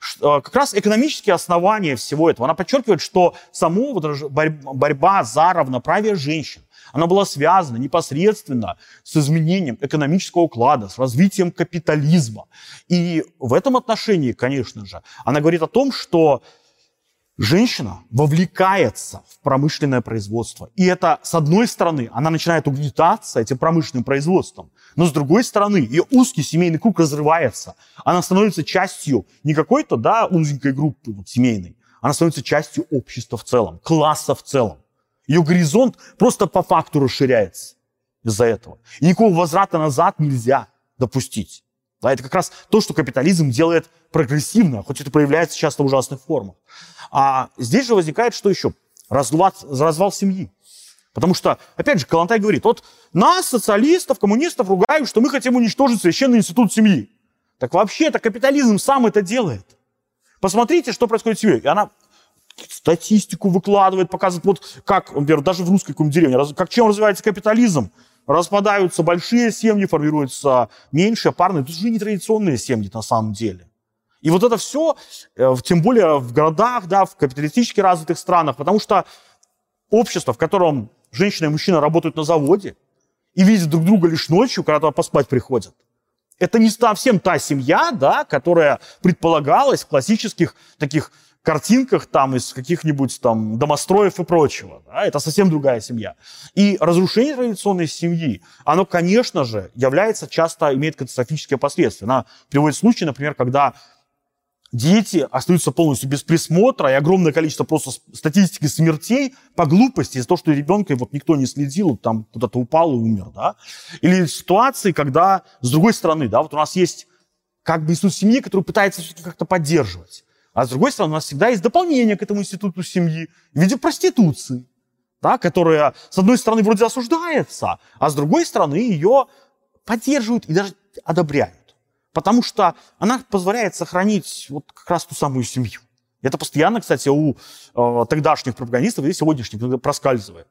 S2: как раз экономические основания всего этого. Она подчеркивает, что само борьба за равноправие женщин, она была связана непосредственно с изменением экономического уклада, с развитием капитализма. И в этом отношении, конечно же, она говорит о том, что женщина вовлекается в промышленное производство. И это, с одной стороны, она начинает угнетаться этим промышленным производством, но с другой стороны, ее узкий семейный круг разрывается. Она становится частью не какой-то, узенькой группы семейной, она становится частью общества в целом, класса в целом. Ее горизонт просто по факту расширяется из-за этого. И никакого возврата назад нельзя допустить. Да, это как раз то, что капитализм делает прогрессивно, хоть это проявляется часто в ужасных формах. А здесь же возникает что еще? Развал семьи. Потому что, опять же, Калантай говорит, вот нас, социалистов, коммунистов, ругают, что мы хотим уничтожить священный институт семьи. Так вообще-то капитализм сам это делает. Посмотрите, что происходит с семьей. И она статистику выкладывает, показывает, вот как, например, даже в русской какой-нибудь деревне, чем развивается капитализм. Распадаются большие семьи, формируются меньшие, парные. Тут же нетрадиционные семьи на самом деле. И вот это все, тем более в городах, в капиталистически развитых странах, потому что общество, в котором женщина и мужчина работают на заводе и видят друг друга лишь ночью, когда туда поспать приходят, это не совсем та семья, которая предполагалась в классических таких картинках из каких-нибудь домостроев и прочего. Это совсем другая семья. И разрушение традиционной семьи, оно, конечно же, часто имеет катастрофические последствия. Она приводит случаи, например, когда дети остаются полностью без присмотра, и огромное количество просто статистики смертей по глупости из-за того, что ребенка никто не следил, куда-то упал и умер. Или ситуации, когда, с другой стороны, у нас есть институт семьи, который пытается все-таки как-то поддерживать. А с другой стороны, у нас всегда есть дополнение к этому институту семьи в виде проституции, которая, с одной стороны, вроде осуждается, а с другой стороны, ее поддерживают и даже одобряют. Потому что она позволяет сохранить как раз ту самую семью. Это постоянно, кстати, у тогдашних пропагандистов и сегодняшних проскальзывает.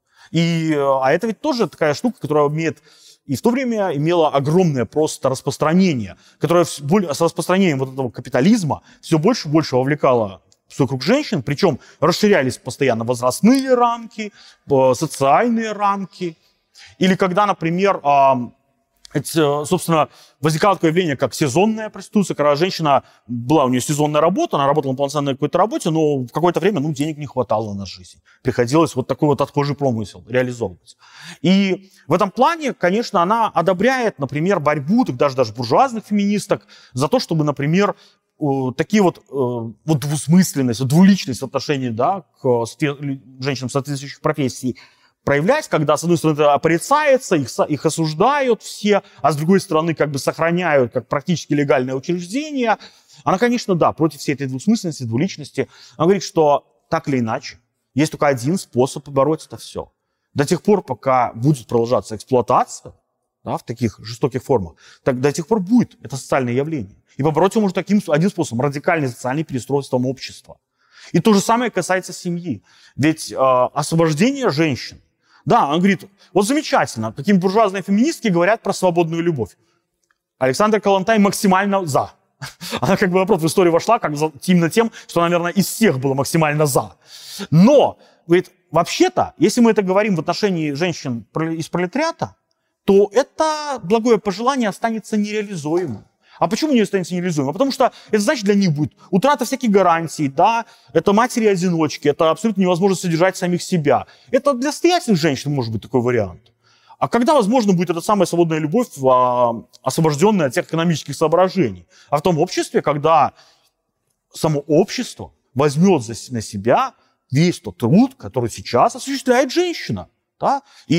S2: А это ведь тоже такая штука, которая и в то время имела огромное просто распространение, которое с распространением этого капитализма все больше и больше вовлекало в свой круг женщин, причем расширялись постоянно возрастные рамки, социальные рамки. Или когда, например, собственно, возникало такое явление, как сезонная проституция, когда женщина, была у нее сезонная работа, она работала на полноценной какой-то работе, но в какое-то время денег не хватало на жизнь. Приходилось такой отхожий промысел реализовывать. И в этом плане, конечно, она одобряет, например, борьбу даже буржуазных феминисток за то, чтобы, например, такие двусмысленность, двуличность в отношении к женщинам соответствующих профессий проявлять, когда, с одной стороны, это порицается, их осуждают все, а с другой стороны, сохраняют как практически легальное учреждение. Она, конечно, против всей этой двусмысленности, двуличности. Она говорит, что так или иначе, есть только один способ побороть это все. До тех пор, пока будет продолжаться эксплуатация, в таких жестоких формах, до тех пор будет это социальное явление. И побороть его можно один способом – радикальный социальный перестройством общества. И то же самое касается семьи. Ведь освобождение женщин, он говорит, замечательно, какие буржуазные феминистки говорят про свободную любовь. Александра Калантай максимально за. Она наоборот в историю вошла именно тем, что, наверное, из всех была максимально за. Но, говорит, вообще-то, если мы это говорим в отношении женщин из пролетариата, то это благое пожелание останется нереализуемым. А почему не останется нереализуемым? Потому что это значит для них будет утрата всяких гарантий, это матери-одиночки, это абсолютно невозможно содержать самих себя. Это для состоятельных женщин может быть такой вариант. А когда, возможно, будет эта самая свободная любовь, освобожденная от всех экономических соображений? А в том обществе, когда само общество возьмет на себя весь тот труд, который сейчас осуществляет женщина. И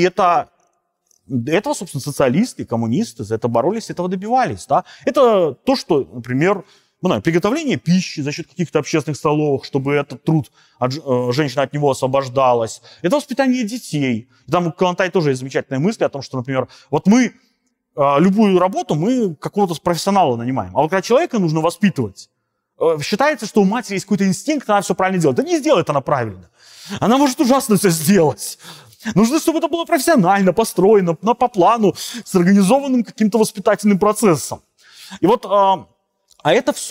S2: этого, собственно, социалисты, коммунисты за это боролись, этого добивались. Это то, что, например, приготовление пищи за счет каких-то общественных столовых, чтобы этот труд женщина от него освобождалась. Это воспитание детей. И там у Калантай тоже есть замечательная мысль о том, что, например, мы любую работу мы какого-то профессионала нанимаем. А когда человека нужно воспитывать, считается, что у матери есть какой-то инстинкт, она все правильно делает. Да не сделает она правильно. Она может ужасно все сделать. Нужно, чтобы это было профессионально, построено, по плану, с организованным каким-то воспитательным процессом. И а это все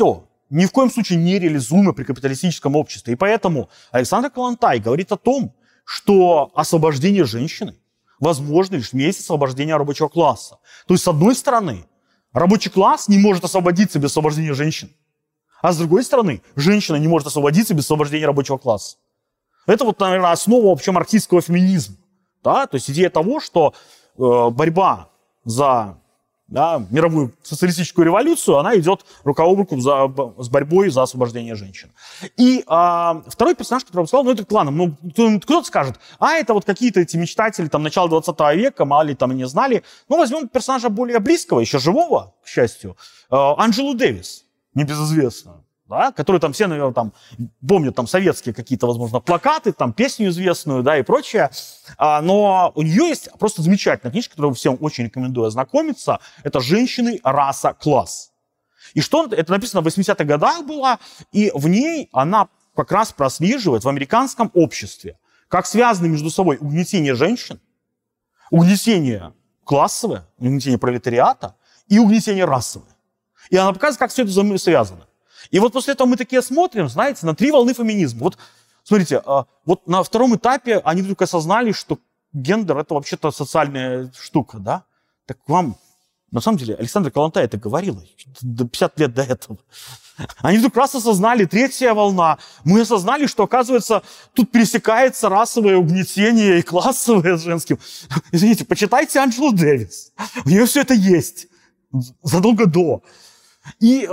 S2: ни в коем случае не реализуемо при капиталистическом обществе. И поэтому Александр Калантай говорит о том, что освобождение женщины возможно лишь вместе освобождения рабочего класса. То есть, с одной стороны, рабочий класс не может освободиться без освобождения женщин. А с другой стороны, женщина не может освободиться без освобождения рабочего класса. Это вот, наверное, основа вообще марксистского феминизма. Да? То есть идея того, что борьба за мировую социалистическую революцию, она идет рука об руку с борьбой за освобождение женщин. И второй персонаж, который я сказал, это ладно, кто-то скажет, это вот какие-то эти мечтатели там, начала 20 века, мало ли там и не знали. Возьмем персонажа более близкого, еще живого, к счастью, Анджелу Дэвис, небезызвестную. Да, которые там все, наверное, там, помнят там советские какие-то, возможно, плакаты, там песню известную, да, и прочее. Но у нее есть просто замечательная книжка, которую всем очень рекомендую ознакомиться. Это «Женщины, раса, класс». И что это написано в 80-х годах было, и в ней она как раз прослеживает в американском обществе, как связаны между собой угнетение женщин, угнетение классовое, угнетение пролетариата и угнетение расовое. И она показывает, как все это взаимосвязано. И вот после этого мы такие смотрим, знаете, на 3 волны феминизма. Вот, смотрите, вот на втором этапе они вдруг осознали, что гендер – это вообще-то социальная штука, да? Так вам, на самом деле, Александр Калантай это говорил 50 лет до этого. Они вдруг раз осознали, 3-я волна. Мы осознали, что, оказывается, тут пересекается расовое угнетение и классовое с женским. Извините, почитайте Анджелу Дэвис. У нее все это есть. Задолго до. И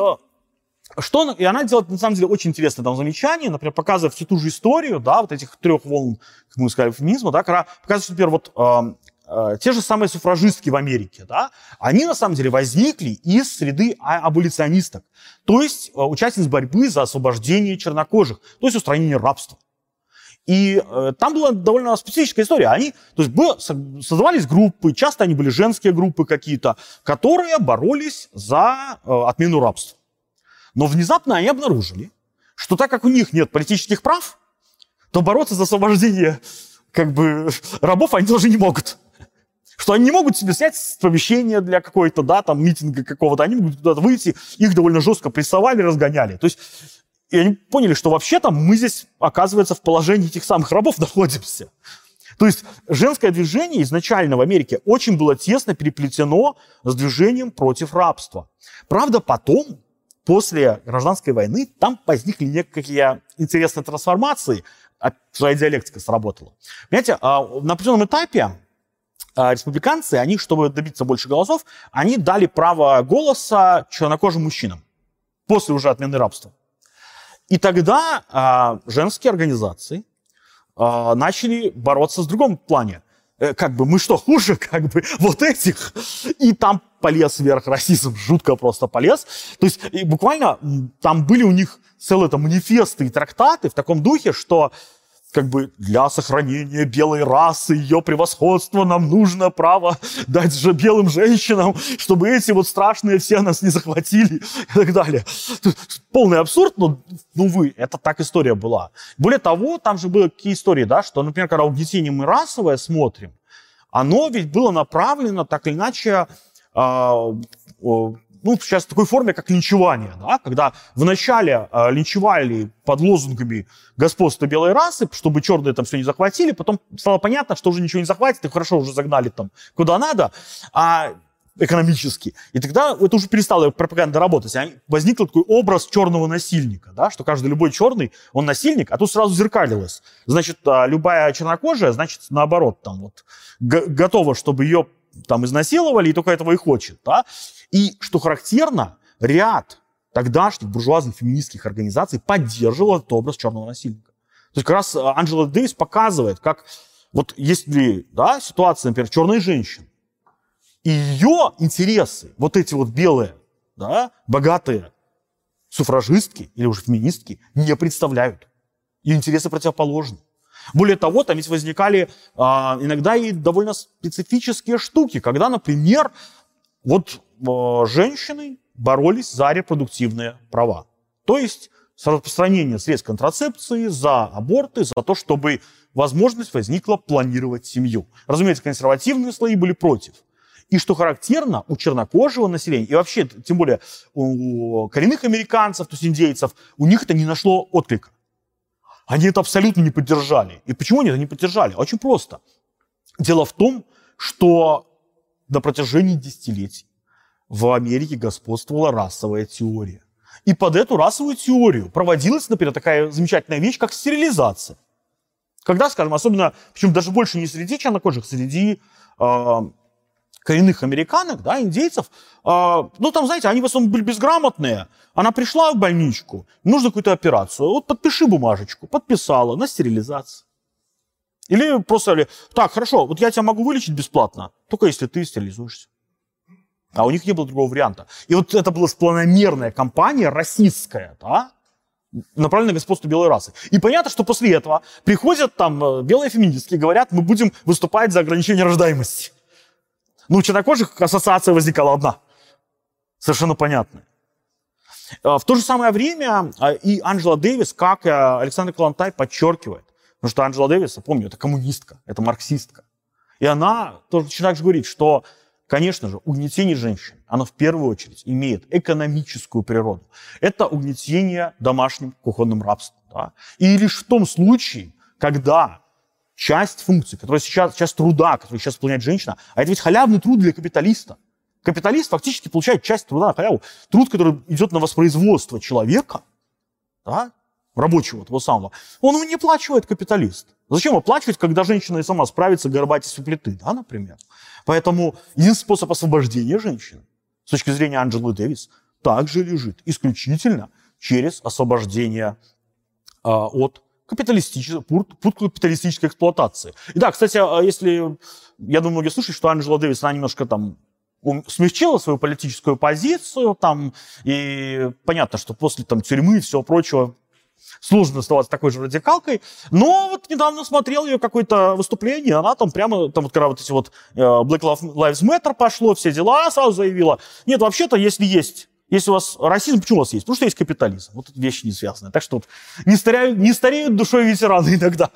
S2: она делает, на самом деле, очень интересное там замечание, например, показывая всю ту же историю, да, вот этих 3 волн, как мы сказали, феминизма, да, когда показывает, что, например, вот те же самые суфражистки в Америке, да, они, на самом деле, возникли из среды аболиционисток, то есть участниц борьбы за освобождение чернокожих, то есть устранение рабства. И там была довольно специфическая история. Они, то есть, создавались группы, часто они были женские группы какие-то, которые боролись за отмену рабства. Но внезапно они обнаружили, что так как у них нет политических прав, то бороться за освобождение рабов они тоже не могут. Что они не могут себе снять помещение для какой-то, да, там, митинга какого-то, они могут куда-то выйти, их довольно жестко прессовали, разгоняли. То есть, и они поняли, что вообще-то мы здесь, оказывается, в положении этих самых рабов находимся. То есть женское движение изначально в Америке очень было тесно переплетено с движением против рабства. Правда, потом, после гражданской войны, там возникли некие интересные трансформации, своя диалектика сработала. Понимаете, на определенном этапе республиканцы, они, чтобы добиться больше голосов, они дали право голоса чернокожим мужчинам после уже отмены рабства. И тогда женские организации начали бороться в другом плане. Мы что, хуже, вот этих? И там полез вверх расизм, жутко просто полез. То есть и буквально там были у них целые там манифесты и трактаты в таком духе, что для сохранения белой расы, ее превосходства нам нужно право дать же белым женщинам, чтобы эти вот страшные все нас не захватили и так далее. Полный абсурд, но, увы, это так история была. Более того, там же были такие истории, да, что, например, когда угнетение мы расовое смотрим, оно ведь было направлено так или иначе, сейчас в такой форме, как линчевание, да, когда вначале линчевали под лозунгами господства белой расы, чтобы черные там все не захватили, потом стало понятно, что уже ничего не захватит, и хорошо уже загнали там куда надо, экономически. И тогда это уже перестало пропаганда работать. Возник такой образ черного насильника, да, что каждый любой черный, он насильник, а тут сразу зеркалилось. Значит, любая чернокожая, значит, наоборот, там вот готова, чтобы ее там изнасиловали, и только этого и хочет, да. И, что характерно, ряд тогдашних буржуазных феминистских организаций поддерживал этот образ черного насильника. То есть как раз Анджела Дэвис показывает, как вот есть ли, да, ситуация, например, черной женщины, и ее интересы, вот эти вот белые, да, богатые суфражистки или уже феминистки не представляют. Ее интересы противоположны. Более того, там ведь возникали иногда и довольно специфические штуки, когда, например, вот женщины боролись за репродуктивные права. То есть за распространение средств контрацепции, за аборты, за то, чтобы возможность возникла планировать семью. Разумеется, консервативные слои были против. И что характерно, у чернокожего населения, и вообще, тем более у коренных американцев, то есть индейцев, у них это не нашло отклика. Они это абсолютно не поддержали. И почему они это не поддержали? Очень просто. Дело в том, что на протяжении десятилетий в Америке господствовала расовая теория. И под эту расовую теорию проводилась, например, такая замечательная вещь, как стерилизация. Когда, скажем, особенно, причем даже больше не среди чернокожих, среди коренных американок, да, индейцев, ну, там, знаете, они в основном были безграмотные. Она пришла в больничку, нужно какую-то операцию. Вот подпиши бумажечку, подписала на стерилизацию. Или просто, так, хорошо, вот я тебя могу вылечить бесплатно, только если ты стерилизуешься. А у них не было другого варианта. И вот это была планомерная кампания расистская, да, направленная на господство белой расы. И понятно, что после этого приходят там белые феминистки и говорят, мы будем выступать за ограничение рождаемости. Ну, у чернокожих ассоциация возникала одна. Совершенно понятная. В то же самое время и Анджела Дэвис, как и Александр Калантай, подчеркивает, потому что Анджела Дэвис, я помню, это коммунистка, это марксистка. И она точно так же говорит, что, конечно же, угнетение женщин, оно в первую очередь имеет экономическую природу. Это угнетение домашним кухонным рабством. Да? И лишь в том случае, когда часть функций, часть труда, который сейчас выполняет женщина, а это ведь халявный труд для капиталиста. Капиталист фактически получает часть труда на халяву. Труд, который идет на воспроизводство человека, да, рабочего того самого, он ему не оплачивает капиталист. Зачем оплачивать, когда женщина и сама справится горбатиться у плиты, да, например? Поэтому единственный способ освобождения женщины, с точки зрения Анджелы Дэвис, также лежит исключительно через освобождение от капиталистической эксплуатации. И да, кстати, если, я думаю, многие слышали, что Анджела Дэвис, она немножко там смягчила свою политическую позицию, там, и понятно, что после там тюрьмы и всего прочего сложно оставаться такой же радикалкой, но вот недавно смотрел ее какое-то выступление, она там прямо, там вот когда вот эти вот Black Lives Matter пошло, все дела, сразу заявила, нет, вообще-то, если у вас расизм, почему у вас есть? Потому что есть капитализм. Вот это вещи не связаны. Так что вот не стареют душой ветераны иногда.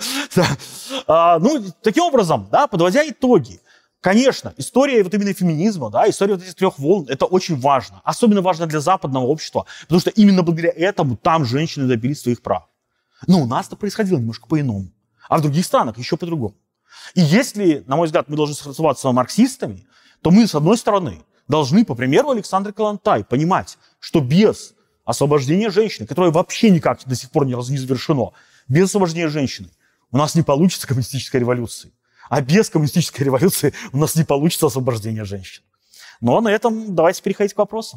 S2: Ну, таким образом, да, подводя итоги, конечно, история вот именно феминизма, да, история вот этих трех волн, это очень важно. Особенно важно для западного общества, потому что именно благодаря этому там женщины добились своих прав. Но у нас это происходило немножко по-иному. А в других странах еще по-другому. И если, на мой взгляд, мы должны согласоваться с марксистами, то мы, с одной стороны, должны, по примеру Александра Калантай, понимать, что без освобождения женщины, которое вообще никак до сих пор не завершено, без освобождения женщины у нас не получится коммунистической революции. А без коммунистической революции у нас не получится освобождение женщин. Но на этом давайте переходить к вопросам.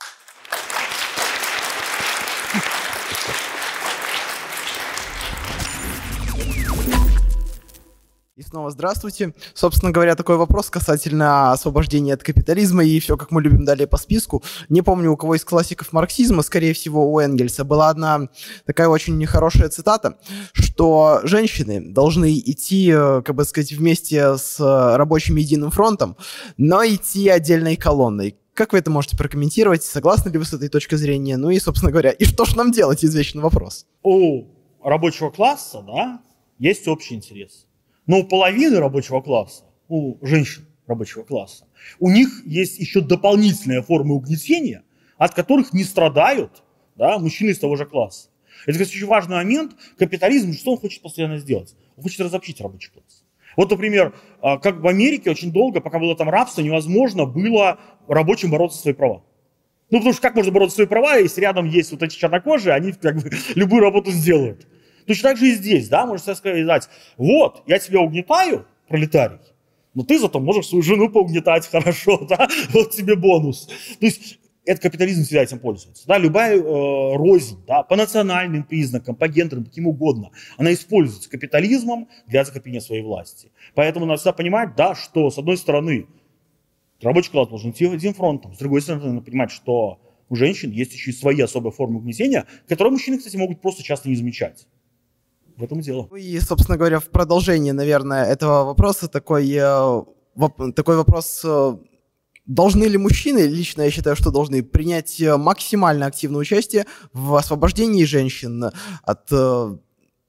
S3: И снова здравствуйте. Собственно говоря, такой вопрос касательно освобождения от капитализма и все, как мы любим, далее по списку. Не помню, у кого из классиков марксизма, скорее всего, у Энгельса, была одна такая очень нехорошая цитата, что женщины должны идти, как бы сказать, вместе с рабочим единым фронтом, но идти отдельной колонной. Как вы это можете прокомментировать? Согласны ли вы с этой точкой зрения? Ну и, собственно говоря, и что же нам делать? Извечный вопрос.
S2: У рабочего класса, да, есть общий интерес. Но у половины рабочего класса, у женщин рабочего класса, у них есть еще дополнительные формы угнетения, от которых не страдают, да, мужчины из того же класса. Это, кстати, очень важный момент. Капитализм, что он хочет постоянно сделать? Он хочет разобщить рабочий класс. Вот, например, как в Америке очень долго, пока было там рабство, невозможно было рабочим бороться за свои права. Ну, потому что как можно бороться за свои права, если рядом есть вот эти чернокожие, они как бы любую работу сделают. Точно так же и здесь, да, можно сказать, вот, я тебя угнетаю, пролетарий, но ты зато можешь свою жену поугнетать хорошо, да, вот тебе бонус. То есть этот капитализм всегда этим пользуется, да, любая рознь, да, по национальным признакам, по гендерным, каким угодно, она используется капитализмом для закрепления своей власти. Поэтому надо всегда понимать, да, что с одной стороны рабочий класс должен идти одним фронтом, с другой стороны надо понимать, что у женщин есть еще и свои особые формы угнетения, которые мужчины, кстати, могут просто часто не замечать. В этом дело.
S3: И, собственно говоря, в продолжение, наверное, этого вопроса такой вопрос. Должны ли мужчины, лично я считаю, что должны принять максимально активное участие в освобождении женщин от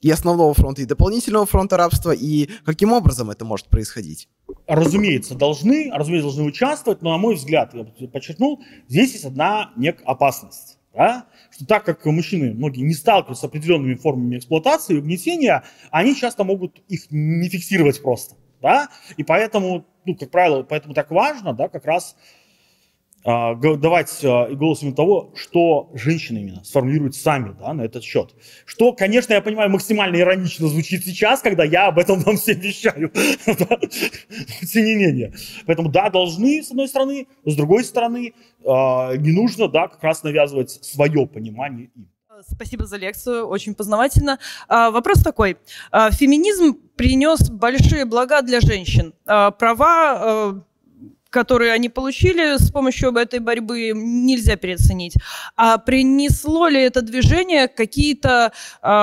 S3: и основного фронта, и дополнительного фронта рабства, и каким образом это может происходить?
S2: Разумеется, должны участвовать, но, на мой взгляд, я подчеркнул, здесь есть одна некая опасность. Да? Что так как мужчины, многие, не сталкиваются с определенными формами эксплуатации и угнетения, они часто могут их не фиксировать просто. Да? И поэтому, как правило, поэтому так важно, да, как раз давать голос именно того, что женщины именно сформулируют сами, да, на этот счет. Что, конечно, я понимаю, максимально иронично звучит сейчас, когда я об этом вам всем вещаю. Тем не менее. Поэтому, да, должны, с одной стороны, с другой стороны, не нужно, да, как раз навязывать свое понимание им.
S4: Спасибо за лекцию, очень познавательно. Вопрос такой. Феминизм принес большие блага для женщин. Права, которые они получили с помощью этой борьбы, нельзя переоценить. А принесло ли это движение какие-то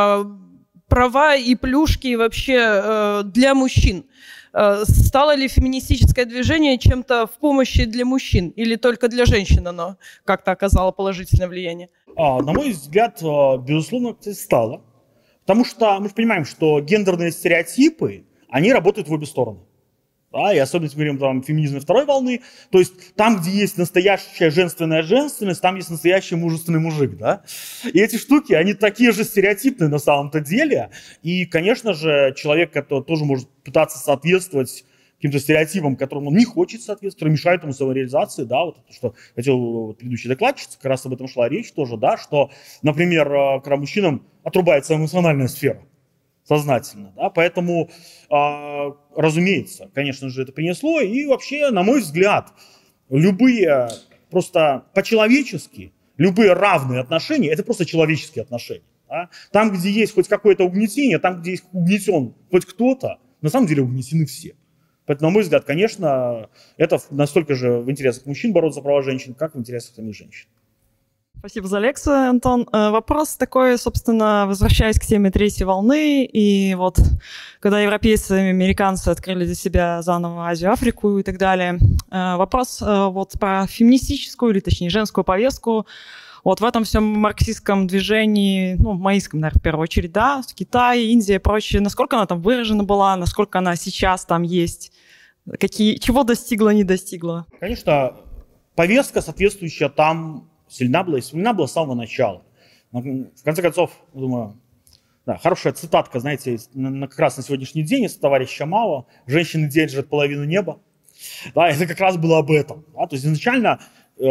S4: права и плюшки вообще для мужчин? Стало ли феминистическое движение чем-то в помощи для мужчин? Или только для женщин оно как-то оказало положительное влияние?
S2: На мой взгляд, безусловно, это стало. Потому что мы же понимаем, что гендерные стереотипы, они работают в обе стороны. Да, и особенно, если мы говорим о феминизме второй волны, то есть там, где есть настоящая женственная женственность, там есть настоящий мужественный мужик, да. И эти штуки, они такие же стереотипные на самом-то деле. И, конечно же, человек, который тоже может пытаться соответствовать каким-то стереотипам, которым он не хочет соответствовать, которые мешают ему самореализации, да, вот это, что хотел предыдущий докладчик, как раз об этом шла речь тоже, да, что, например, когда мужчинам отрубается эмоциональная сфера, сознательно, да, поэтому, разумеется, конечно же, это принесло, и вообще, на мой взгляд, любые, просто по-человечески, любые равные отношения, это просто человеческие отношения, да? Там, где есть хоть какое-то угнетение, там, где есть угнетен хоть кто-то, на самом деле угнетены все. Поэтому, на мой взгляд, конечно, это настолько же в интересах мужчин бороться за права женщин, как в интересах самих женщин.
S4: Спасибо за лекцию, Антон. Вопрос такой, собственно, возвращаясь к теме третьей волны, и вот когда европейцы и американцы открыли для себя заново Азию, Африку и так далее, вопрос вот про феминистическую, или точнее женскую повестку, вот в этом всем марксистском движении, ну, маоистском, наверное, в первую очередь, да, в Китае, Индии и прочее, насколько она там выражена была, насколько она сейчас там есть, чего достигла, не достигла?
S2: Конечно, повестка соответствующая там сильна была с самого начала. В конце концов, думаю, да, хорошая цитатка, знаете, как раз на сегодняшний день из товарища Мао: «Женщины держат половину неба». Да, это как раз было об этом. Да, то есть изначально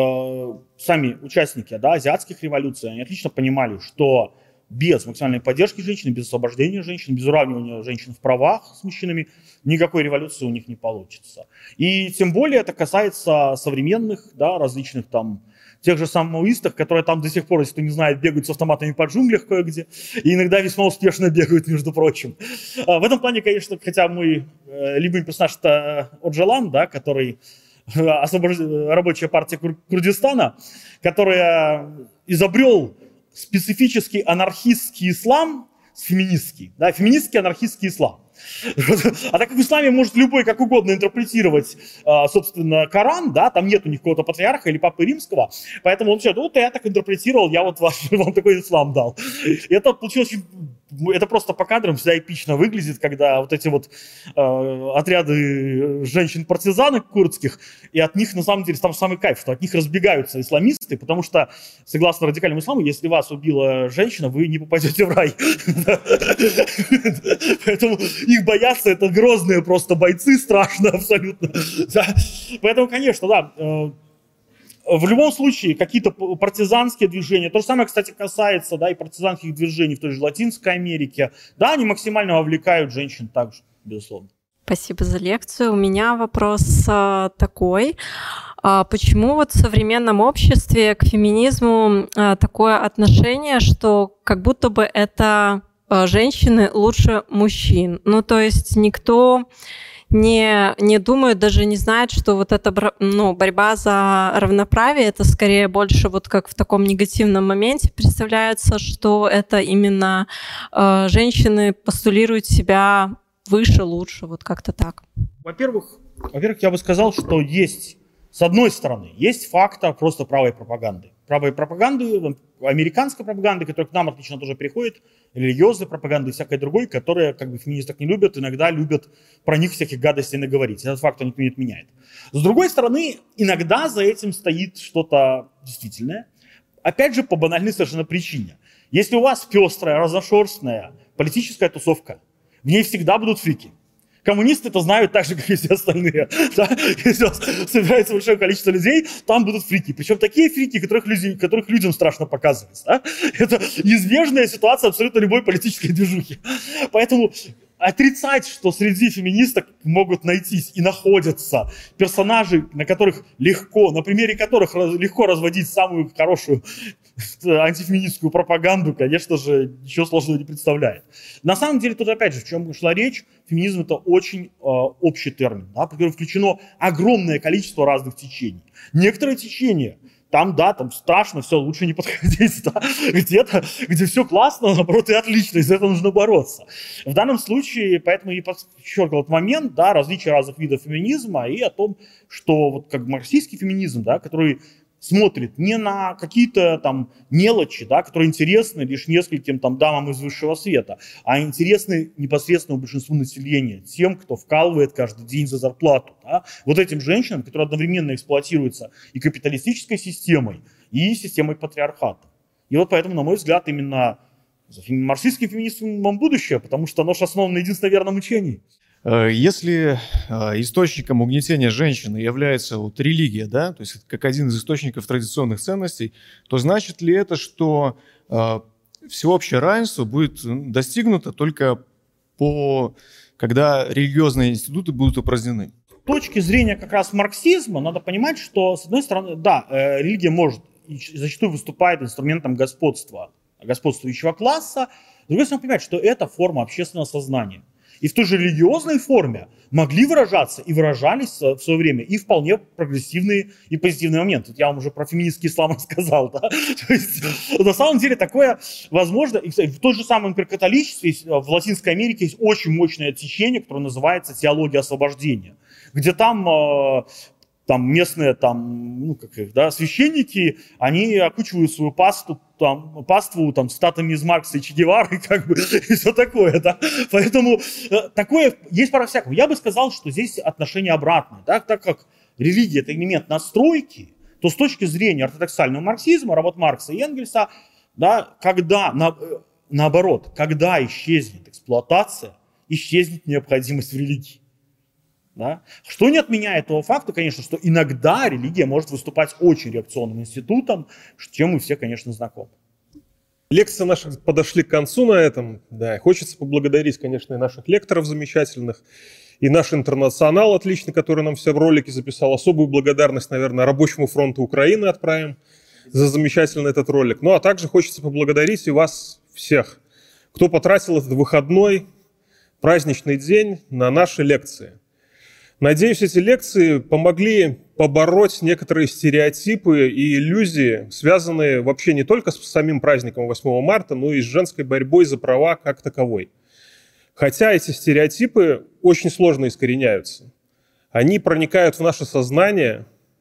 S2: сами участники, да, азиатских революций, они отлично понимали, что без максимальной поддержки женщин, без освобождения женщин, без уравнивания женщин в правах с мужчинами никакой революции у них не получится. И тем более это касается современных, да, различных там тех же самых маоистов, которые там до сих пор, если кто не знает, бегают с автоматами по джунглях кое-где, и иногда весьма успешно бегают, между прочим. В этом плане, конечно, хотя мой любимый персонаж — это Оджалан, да, который рабочая партия Курдистана, которая изобрел специфический анархистский ислам с феминистский, да, феминистский анархистский ислам. А так как в исламе может любой как угодно интерпретировать, собственно, Коран, да, там нет у них какого-то патриарха или папы римского, поэтому он все, вот я так интерпретировал, я вот вам такой ислам дал. И это получилось очень... Это просто по кадрам всегда эпично выглядит, когда вот эти вот отряды женщин-партизанок курдских, и от них, на самом деле, там самый кайф, что от них разбегаются исламисты, потому что, согласно радикальному исламу, если вас убила женщина, вы не попадете в рай. Поэтому их боятся, это грозные просто бойцы, страшно абсолютно. Поэтому, конечно, да, в любом случае, какие-то партизанские движения, то же самое, кстати, касается, да, и партизанских движений в той же Латинской Америке, да, они максимально вовлекают женщин также, безусловно.
S5: Спасибо за лекцию. У меня вопрос такой. Почему вот в современном обществе к феминизму такое отношение, что как будто бы это женщины лучше мужчин? Ну, то есть никто не думают, даже не знают, что вот эта борьба за равноправие, это скорее больше вот как в таком негативном моменте представляется, что это именно женщины постулируют себя выше, лучше, вот как-то так.
S2: Во-первых, я бы сказал, что есть, с одной стороны, есть фактор просто правой пропаганды. правой пропаганды, американской пропаганды, которая к нам отлично тоже переходит, религиозной пропаганды и всякой другой, которая как бы феминисток не любят, иногда любят про них всяких гадостей наговорить. Этот факт никто не отменяет. С другой стороны, иногда за этим стоит что-то действительное. Опять же, по банальной совершенно причине. Если у вас пестрая, разношерстная политическая тусовка, в ней всегда будут фрики. Коммунисты это знают так же, как и все остальные. Да? Если у вас собирается большое количество людей, там будут фрики. Причем такие фрики, которых людям страшно показывать. Да? Это неизбежная ситуация абсолютно любой политической движухи. Поэтому отрицать, что среди феминисток могут найтись и находятся персонажи, на примере которых легко разводить самую хорошую антифеминистскую пропаганду, конечно же, ничего сложного не представляет. На самом деле, тут опять же, в чем шла речь, феминизм это очень общий термин, да, в который включено огромное количество разных течений. Некоторые течения, там страшно, все, лучше не подходить, да? Где-то, где все классно, наоборот, и отлично, из-за этого нужно бороться. В данном случае, поэтому и подчеркивал этот момент, да, различия разных видов феминизма и о том, что вот как марксистский феминизм, да, который смотрит не на какие-то там мелочи, да, которые интересны лишь нескольким там дамам из высшего света, а интересны непосредственно большинству населения, тем, кто вкалывает каждый день за зарплату. Да. Вот этим женщинам, которые одновременно эксплуатируются и капиталистической системой, и системой патриархата. И вот поэтому, на мой взгляд, именно за марксистским феминизмом будущее, потому что оно же основано на единственно верном учении.
S6: Если источником угнетения женщины является вот религия, да, то есть как один из источников традиционных ценностей, то значит ли это, что всеобщее равенство будет достигнуто только когда религиозные институты будут упразднены?
S2: С точки зрения как раз марксизма надо понимать, что, с одной стороны, да, религия может и зачастую выступает инструментом господствующего класса, с другой стороны, понимать, что это форма общественного сознания. И в той же религиозной форме могли выражаться и выражались в свое время и вполне прогрессивные и позитивные моменты. Я вам уже про феминистский ислам рассказал. Да? То есть, на самом деле такое возможно. И в том же самом католичестве в Латинской Америке есть очень мощное течение, которое называется теология освобождения, где там местные священники, они окучивают свою паству цитатами из Маркса и Че Гевары, и все такое, да. Поэтому такое есть пара всякого. Я бы сказал, что здесь отношение обратное, да? Так как религия это элемент настройки, то с точки зрения ортодоксального марксизма, работ Маркса и Энгельса, да, наоборот, когда исчезнет эксплуатация, исчезнет необходимость в религии. Да? Что не отменяет того факта, конечно, что иногда религия может выступать очень реакционным институтом, с чем мы все, конечно, знакомы.
S7: Лекции наши подошли к концу на этом. Да, хочется поблагодарить, конечно, и наших лекторов замечательных, и наш интернационал отличный, который нам все в ролике записал. Особую благодарность, наверное, Рабочему фронту Украины отправим за замечательный этот ролик. Ну, а также хочется поблагодарить и вас всех, кто потратил этот выходной, праздничный день на наши лекции. Надеюсь, эти лекции помогли побороть некоторые стереотипы и иллюзии, связанные вообще не только с самим праздником 8 марта, но и с женской борьбой за права как таковой. Хотя эти стереотипы очень сложно искореняются. Они проникают в наше сознание,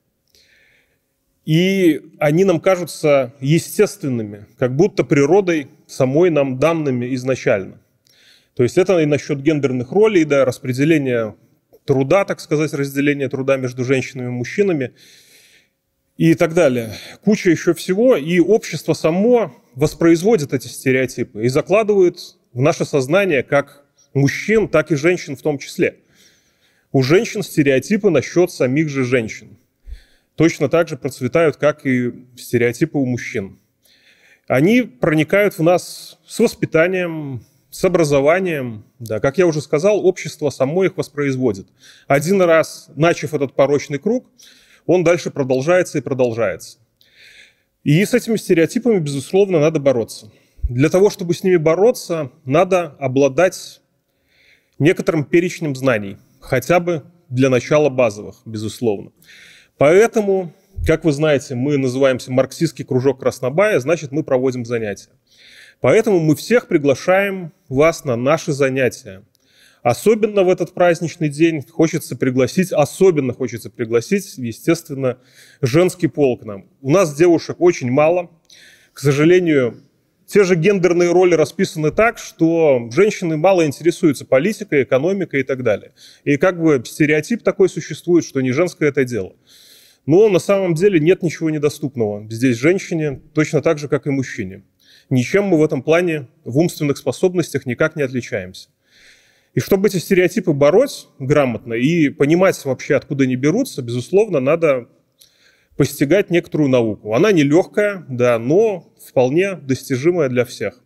S7: и они нам кажутся естественными, как будто природой самой нам данными изначально. То есть это и насчет гендерных ролей, да, распределения труда, так сказать, разделение труда между женщинами и мужчинами и так далее. Куча еще всего, и общество само воспроизводит эти стереотипы и закладывает в наше сознание как мужчин, так и женщин в том числе. У женщин стереотипы насчет самих же женщин. Точно так же процветают, как и стереотипы у мужчин. Они проникают в нас с воспитанием, с образованием, да, как я уже сказал, общество само их воспроизводит. Один раз начав этот порочный круг, он дальше продолжается и продолжается. И с этими стереотипами, безусловно, надо бороться. Для того, чтобы с ними бороться, надо обладать некоторым перечнем знаний, хотя бы для начала базовых, безусловно. Поэтому, как вы знаете, мы называемся «Марксистский кружок Краснобая», значит, мы проводим занятия. Поэтому мы всех приглашаем вас на наши занятия Особенно в этот праздничный день особенно хочется пригласить, естественно, женский пол к нам. У нас девушек очень мало. К сожалению, те же гендерные роли расписаны так, что женщины мало интересуются политикой, экономикой и так далее. И как бы стереотип такой существует, что не женское это дело. Но на самом деле нет ничего недоступного здесь женщине, точно так же, как и мужчине. Ничем мы в этом плане в умственных способностях никак не отличаемся. И чтобы эти стереотипы бороть грамотно и понимать вообще, откуда они берутся, безусловно, надо постигать некоторую науку. Она нелегкая, да, но вполне достижимая для всех.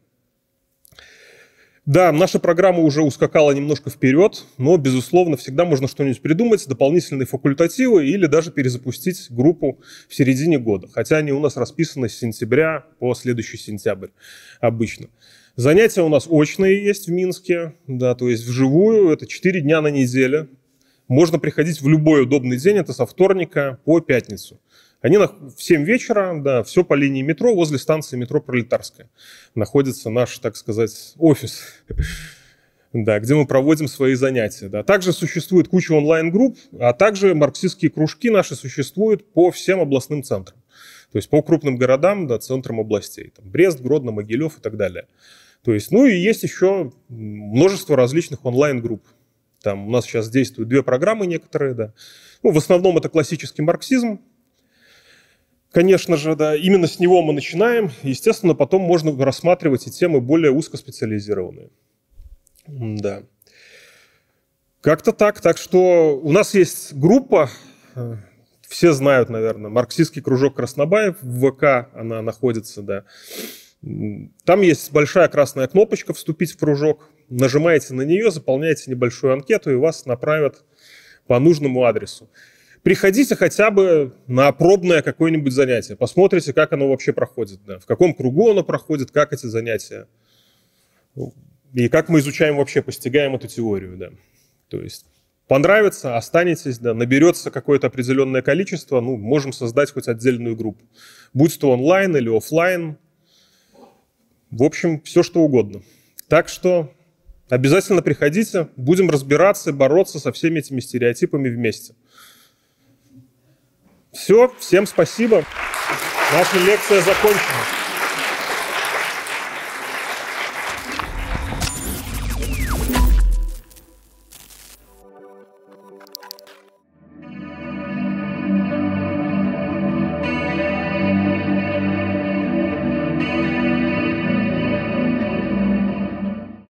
S7: Да, наша программа уже ускакала немножко вперед, но, безусловно, всегда можно что-нибудь придумать, дополнительные факультативы или даже перезапустить группу в середине года. Хотя они у нас расписаны с сентября по следующий сентябрь обычно. Занятия у нас очные есть в Минске, да, то есть вживую, это 4 дня на неделе. Можно приходить в любой удобный день, это со вторника по пятницу. Они в 7 вечера, да, все по линии метро, возле станции метро Пролетарская. Находится наш, так сказать, офис, да, где мы проводим свои занятия. Да. Также существует куча онлайн-групп, а также марксистские кружки наши существуют по всем областным центрам. То есть по крупным городам, да, центрам областей. Там Брест, Гродно, Могилев и так далее. То есть, ну и есть еще множество различных онлайн-групп. Там у нас сейчас действуют 2 программы некоторые, да. Ну, в основном это классический марксизм. Конечно же, да, именно с него мы начинаем. Естественно, потом можно рассматривать и темы более узкоспециализированные. Да. Как-то так. Так что у нас есть группа, все знают, наверное, марксистский кружок Краснобаев, в ВК она находится, да. Там есть большая красная кнопочка «Вступить в кружок». Нажимаете на нее, заполняете небольшую анкету, и вас направят по нужному адресу. Приходите хотя бы на пробное какое-нибудь занятие. Посмотрите, как оно вообще проходит. Да, в каком кругу оно проходит, как эти занятия. И как мы изучаем вообще, постигаем эту теорию. Да. То есть понравится, останетесь, да, наберется какое-то определенное количество, ну, можем создать хоть отдельную группу. Будь то онлайн или офлайн. В общем, все что угодно. Так что обязательно приходите, будем разбираться, бороться со всеми этими стереотипами вместе. Все, всем спасибо. Наша лекция закончена.